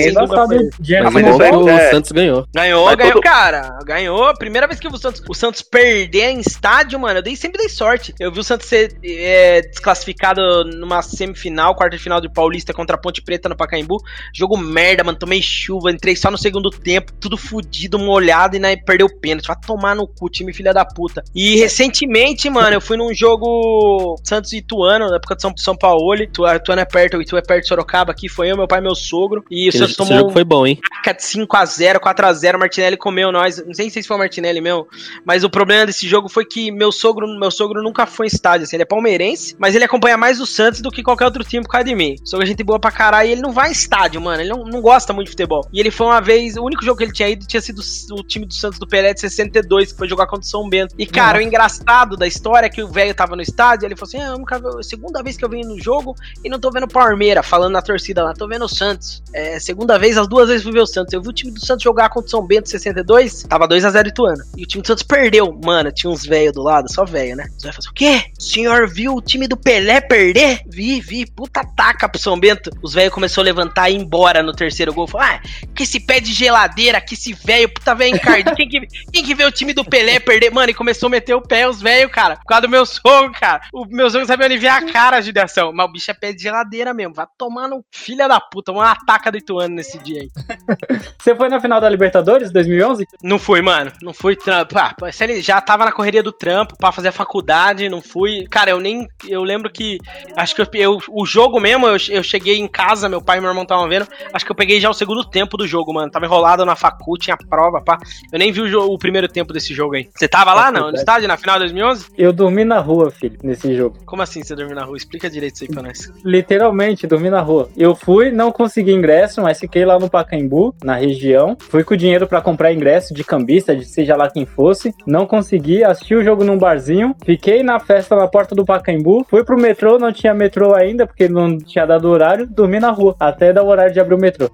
O Santos ganhou. Ganhou, cara. Ganhou. Primeira vez que o Santos perder em estádio, mano, eu sempre dei sorte. Eu vi o Santos ser desclassificado numa semifinal, quarta de final de Paulista contra a Ponte Preta no Pacaembu. Jogo merda, mano. Tomei chuva, entrei só no segundo tempo, tudo fudido, molhado, e né, perdeu o pênalti. Vai tomar no cu, time filha da puta. E recentemente, mano, eu fui num jogo Santos e Ituano, na época de São Paulo. Ituano é perto, o Itu é perto de Sorocaba. Aqui foi eu, meu pai e meu sogro. E o Santos tomou jogo foi bom, hein? 5x0, 4x0, Martinelli comeu nós. Não sei se foi o Martinelli mesmo, mas o problema desse jogo foi que meu sogro nunca foi em estádio, assim, ele é palmeirense, mas ele acompanha mais o Santos do que qualquer outro time por causa de mim. Só que a gente boa pra caralho e ele não vai em estádio, mano, ele não gosta muito de futebol. E ele foi uma vez, o único jogo que ele tinha ido tinha sido o time do Santos do Pelé de 62, que foi jogar contra o São Bento. E cara, o engraçado da história é que o velho tava no estádio, ele falou assim, segunda vez que eu vim no jogo e não tô vendo Palmeiras, falando na torcida lá, tô vendo o Santos. Segunda vez, as duas vezes fui ver o Santos. Eu vi o time do Santos jogar contra o São Bento 62, tava 2x0 Ituano. E o time do Santos perdeu. Mano, tinha uns velhos do lado, só velho, né? Os velhos falaram, o quê? O senhor viu o time do Pelé perder? Vi, puta taca pro São Bento. Os velhos começaram a levantar e ir embora no terceiro gol. Falaram, que esse pé de geladeira, que esse velho, puta velho encardido. Quem que vê o time do Pelé perder? Mano, e começou a meter o pé, os velhos, cara. Por causa do meu sogro, cara. O meu sogro sabia aliviar a cara de ação. Mas o bicho é pé de geladeira mesmo. Vai tomar no filha da puta. Uma ataca do Ituano nesse dia aí. Você foi na final da Libertadores 2011? Não fui, mano. Não fui trampo. Ele já tava na correria do trampo pra fazer a faculdade, não fui. Cara, eu lembro que acho que o jogo mesmo, eu cheguei em casa, meu pai e meu irmão estavam vendo, acho que eu peguei já o segundo tempo do jogo, mano. Tava enrolado na facu, tinha prova, pá. Eu nem vi o primeiro tempo desse jogo aí. Você tava lá, não? No estádio, na final de 2011? Eu dormi na rua, filho, nesse jogo. Como assim você dormiu na rua? Explica direito isso aí pra nós. Literalmente, dormi na rua. Eu fui, não consegui ingresso, mas fiquei lá no Pacaembu, na região. Fui com o dinheiro pra comprar ingresso de cambista, de seja lá quem fosse. Não consegui, assisti o jogo num barzinho. Fiquei na festa na porta do Pacaembu. Fui pro metrô, não tinha metrô ainda, porque não tinha dado o horário. Dormi na rua, até dar o horário de abrir o metrô.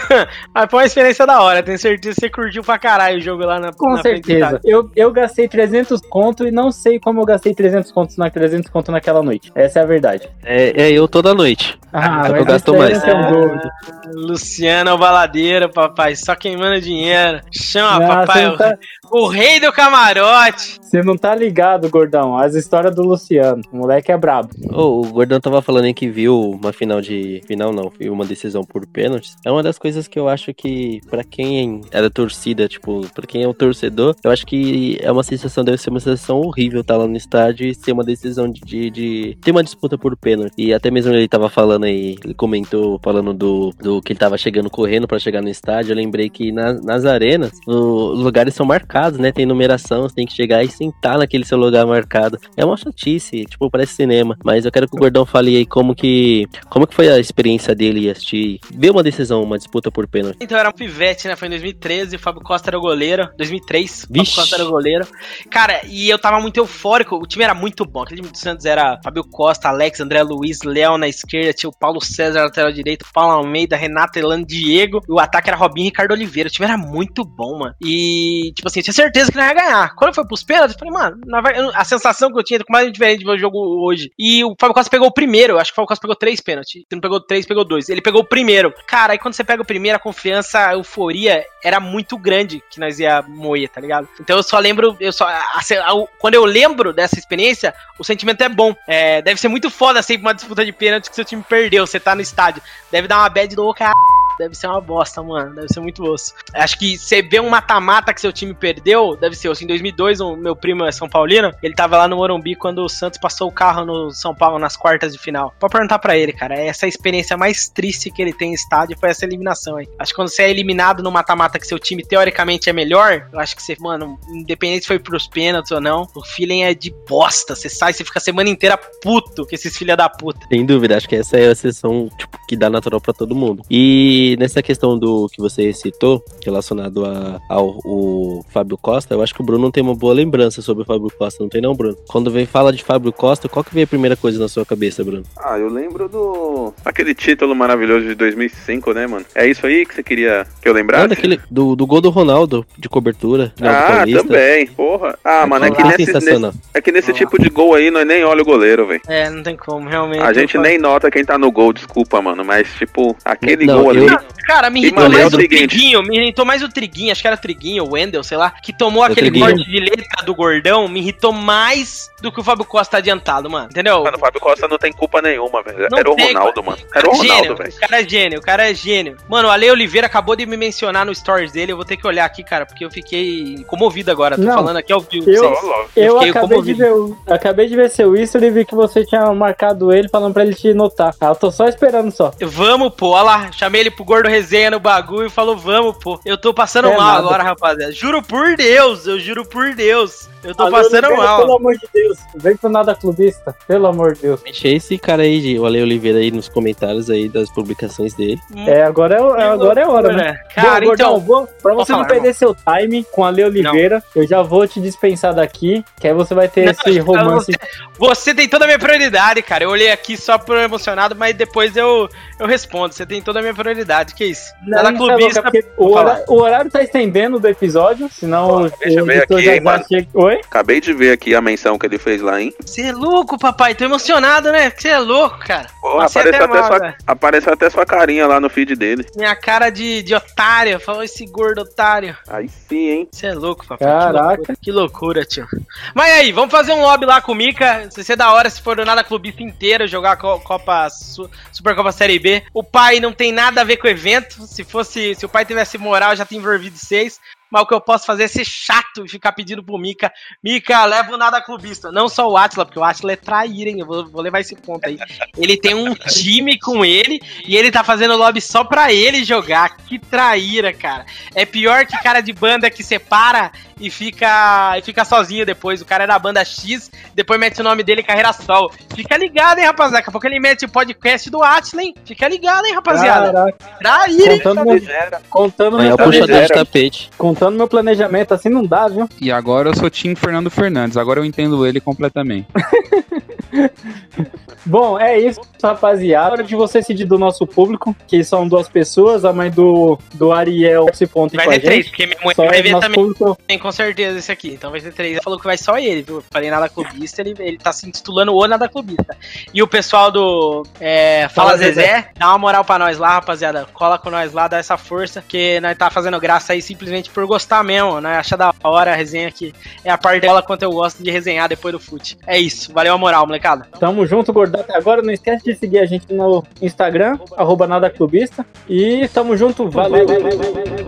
Mas foi uma experiência da hora, tenho certeza que você curtiu pra caralho o jogo lá na Com certeza. Eu gastei 300 conto e não sei como eu gastei 300 conto naquela noite. Essa é a verdade. Eu toda noite. Mas eu gasto mais. Luciano é o baladeiro, papai. Só queimando dinheiro. Chama, papai. O rei do camarote. Você não tá ligado, gordão. As histórias do Luciano. O moleque é brabo. O gordão tava falando aí que viu uma viu uma decisão por pênaltis. É uma das coisas que eu acho que, pra quem é da torcida, tipo, pra quem é um torcedor, eu acho que deve ser uma sensação horrível estar lá no estádio e ser uma decisão de ter uma disputa por pênalti. E até mesmo ele tava falando aí, ele comentou falando do que ele tava chegando correndo pra chegar no estádio. Eu lembrei que nas arenas, os lugares são marcados, né? Tem numeração, você tem que chegar e sentar naquele seu lugar marcado. É uma chatice, tipo, parece cinema. Mas eu quero que o Gordão fale aí como que foi a experiência dele assistir, ver uma decisão, uma disputa por pênalti. Então era um pivete, né? Foi em 2013, o Fábio Costa era o goleiro. 2003, o Vixe. Fábio Costa era o goleiro. Cara, e eu tava muito eufórico, o time era muito bom. Aquele time do Santos era Fábio Costa, Alex, André Luiz, Léo na esquerda, tinha o Paulo César lateral direito, Paulo Almeida, Renato Elano, Diego. O ataque era Robinho e Ricardo Oliveira. O time era muito bom, mano. E, tipo assim, eu tinha certeza que não ia ganhar. Quando foi pros pênaltis, eu falei, mano, a sensação que eu tinha mais diferente de ver o jogo hoje. E o Fábio Costa pegou o primeiro. Acho que o Fábio Costa pegou 3 pênaltis. Se não pegou 3, pegou 2. Ele pegou o primeiro. Cara, aí quando você pega o primeiro, a confiança, a euforia era muito grande que nós ia moer, tá ligado? Então eu só lembro, quando eu lembro dessa experiência, o sentimento é bom. Deve ser muito foda sempre uma disputa de pênalti que seu time perdeu, você tá no estádio. Deve dar uma bad do caralho. deve ser uma bosta, mano. Deve ser muito osso. Acho que você vê um mata-mata que seu time perdeu, deve ser osso. Em 2002, o meu primo é São Paulino, ele tava lá no Morumbi quando o Santos passou o carro no São Paulo nas quartas de final. Pode perguntar pra ele, cara. Essa é a experiência mais triste que ele tem em estádio, foi essa eliminação aí. Acho que quando você é eliminado no mata-mata que seu time teoricamente é melhor, eu acho que você, mano, independente se foi pros pênaltis ou não, o feeling é de bosta. Você sai, você fica a semana inteira puto com esses filha da puta. Sem dúvida, acho que essa é a sessão tipo, que dá natural pra todo mundo. E nessa questão do que você citou, relacionado ao Fábio Costa, eu acho que o Bruno tem uma boa lembrança sobre o Fábio Costa, não tem não, Bruno? Quando vem fala de Fábio Costa, qual que vem a primeira coisa na sua cabeça, Bruno? Ah, eu lembro do... aquele título maravilhoso de 2005, né, mano? É isso aí que você queria que eu lembrasse? Não, daquele, do gol do Ronaldo, de cobertura. Também, porra. Ah, mano, é que nesse tipo de gol aí nós nem olha o goleiro, velho. É, não tem como, realmente. A gente nem nota quem tá no gol, desculpa, mano, mas tipo, aquele gol ali... Cara, me irritou mais o Triguinho, acho que era Triguinho, o Wendel, sei lá, que tomou aquele corte de letra do gordão, me irritou mais do que o Fábio Costa adiantado, mano, entendeu? Mano, o Fábio Costa não tem culpa nenhuma, velho. Era o Ronaldo, mano. Era o Ronaldo, velho. O cara é gênio. Mano, o Ale Oliveira acabou de me mencionar no stories dele, eu vou ter que olhar aqui, cara, porque eu fiquei comovido agora. Tô falando aqui ao vivo. Eu acabei de ver seu Insta e vi que você tinha marcado ele falando pra ele te notar. Eu tô só esperando só. Vamos, pô, olha lá, chamei ele pro Gordo Resenha no bagulho e falou, vamos, pô. Eu tô passando mal agora, rapaziada. Juro por Deus. Eu tô passando mal. Pelo amor de Deus, vem pro Nada Clubista, pelo amor de Deus. Deixa esse cara aí, o Ale Oliveira aí nos comentários aí das publicações dele. Agora é hora, né? Cara, então... Pra você não perder seu time com o Ale Oliveira, eu já vou te dispensar daqui, que aí você vai ter esse romance. Você tem toda a minha prioridade, cara. Eu olhei aqui só por emocionado, mas depois eu respondo. Você tem toda a minha prioridade, que isso? Nada Clubista... O horário tá estendendo do episódio, senão... Deixa eu ver aqui, mano. Oi? Acabei de ver aqui a menção que ele fez lá, hein? Você é louco, papai. Tô emocionado, né? Você é louco, cara. Pô, apareceu até sua carinha lá no feed dele. Minha cara de otário. Falou esse gordo otário. Aí sim, hein? Você é louco, papai. Caraca. Que loucura, tio. Mas aí, vamos fazer um lobby lá com o Mika. Se ser da hora, se for do Nada Clubista inteiro, jogar a Supercopa Série B. O pai não tem nada a ver com o evento. Se o pai tivesse moral, já tinha envolvido 6. Mas o que eu posso fazer é ser chato e ficar pedindo pro Mika. Mika, leva o Nada Clubista. Não só o Átila, porque o Átila é traíra, hein? Eu vou levar esse ponto aí. Ele tem um time com ele e ele tá fazendo lobby só pra ele jogar. Que traíra, cara. É pior que cara de banda que separa e fica sozinho depois. O cara é da banda X, depois mete o nome dele Carreira Sol. Fica ligado, hein, rapaziada. Daqui a pouco ele mete o podcast do Átila, hein? Fica ligado, hein, rapaziada. Caraca. Traíra, hein? Contando meu puxador de tapete. Contando meu planejamento, assim não dá, viu? E agora eu sou Tim Fernando Fernandes, agora eu entendo ele completamente. Bom, é isso, rapaziada. Hora de você decidir do nosso público, que são 2 pessoas, a mãe do Ariel se ponte com a gente. Vai ter 3, porque minha mãe só vai ver também. Público... Tem com certeza esse aqui, então vai ter 3. Ele falou que vai só ele, viu? Falei Nada Clubista, ele tá se intitulando o Nada Clubista. E o pessoal do Fala Zezé, dá uma moral pra nós lá, rapaziada. Cola com nós lá, dá essa força, que nós tá fazendo graça aí simplesmente por gostar mesmo, né? Achar da hora a resenha aqui. É a parte dela quanto eu gosto de resenhar depois do fute. É isso, valeu a moral, molecada. Tamo junto, gordão. Agora não esquece de seguir a gente no Instagram, @nadaclubista. E tamo junto, valeu.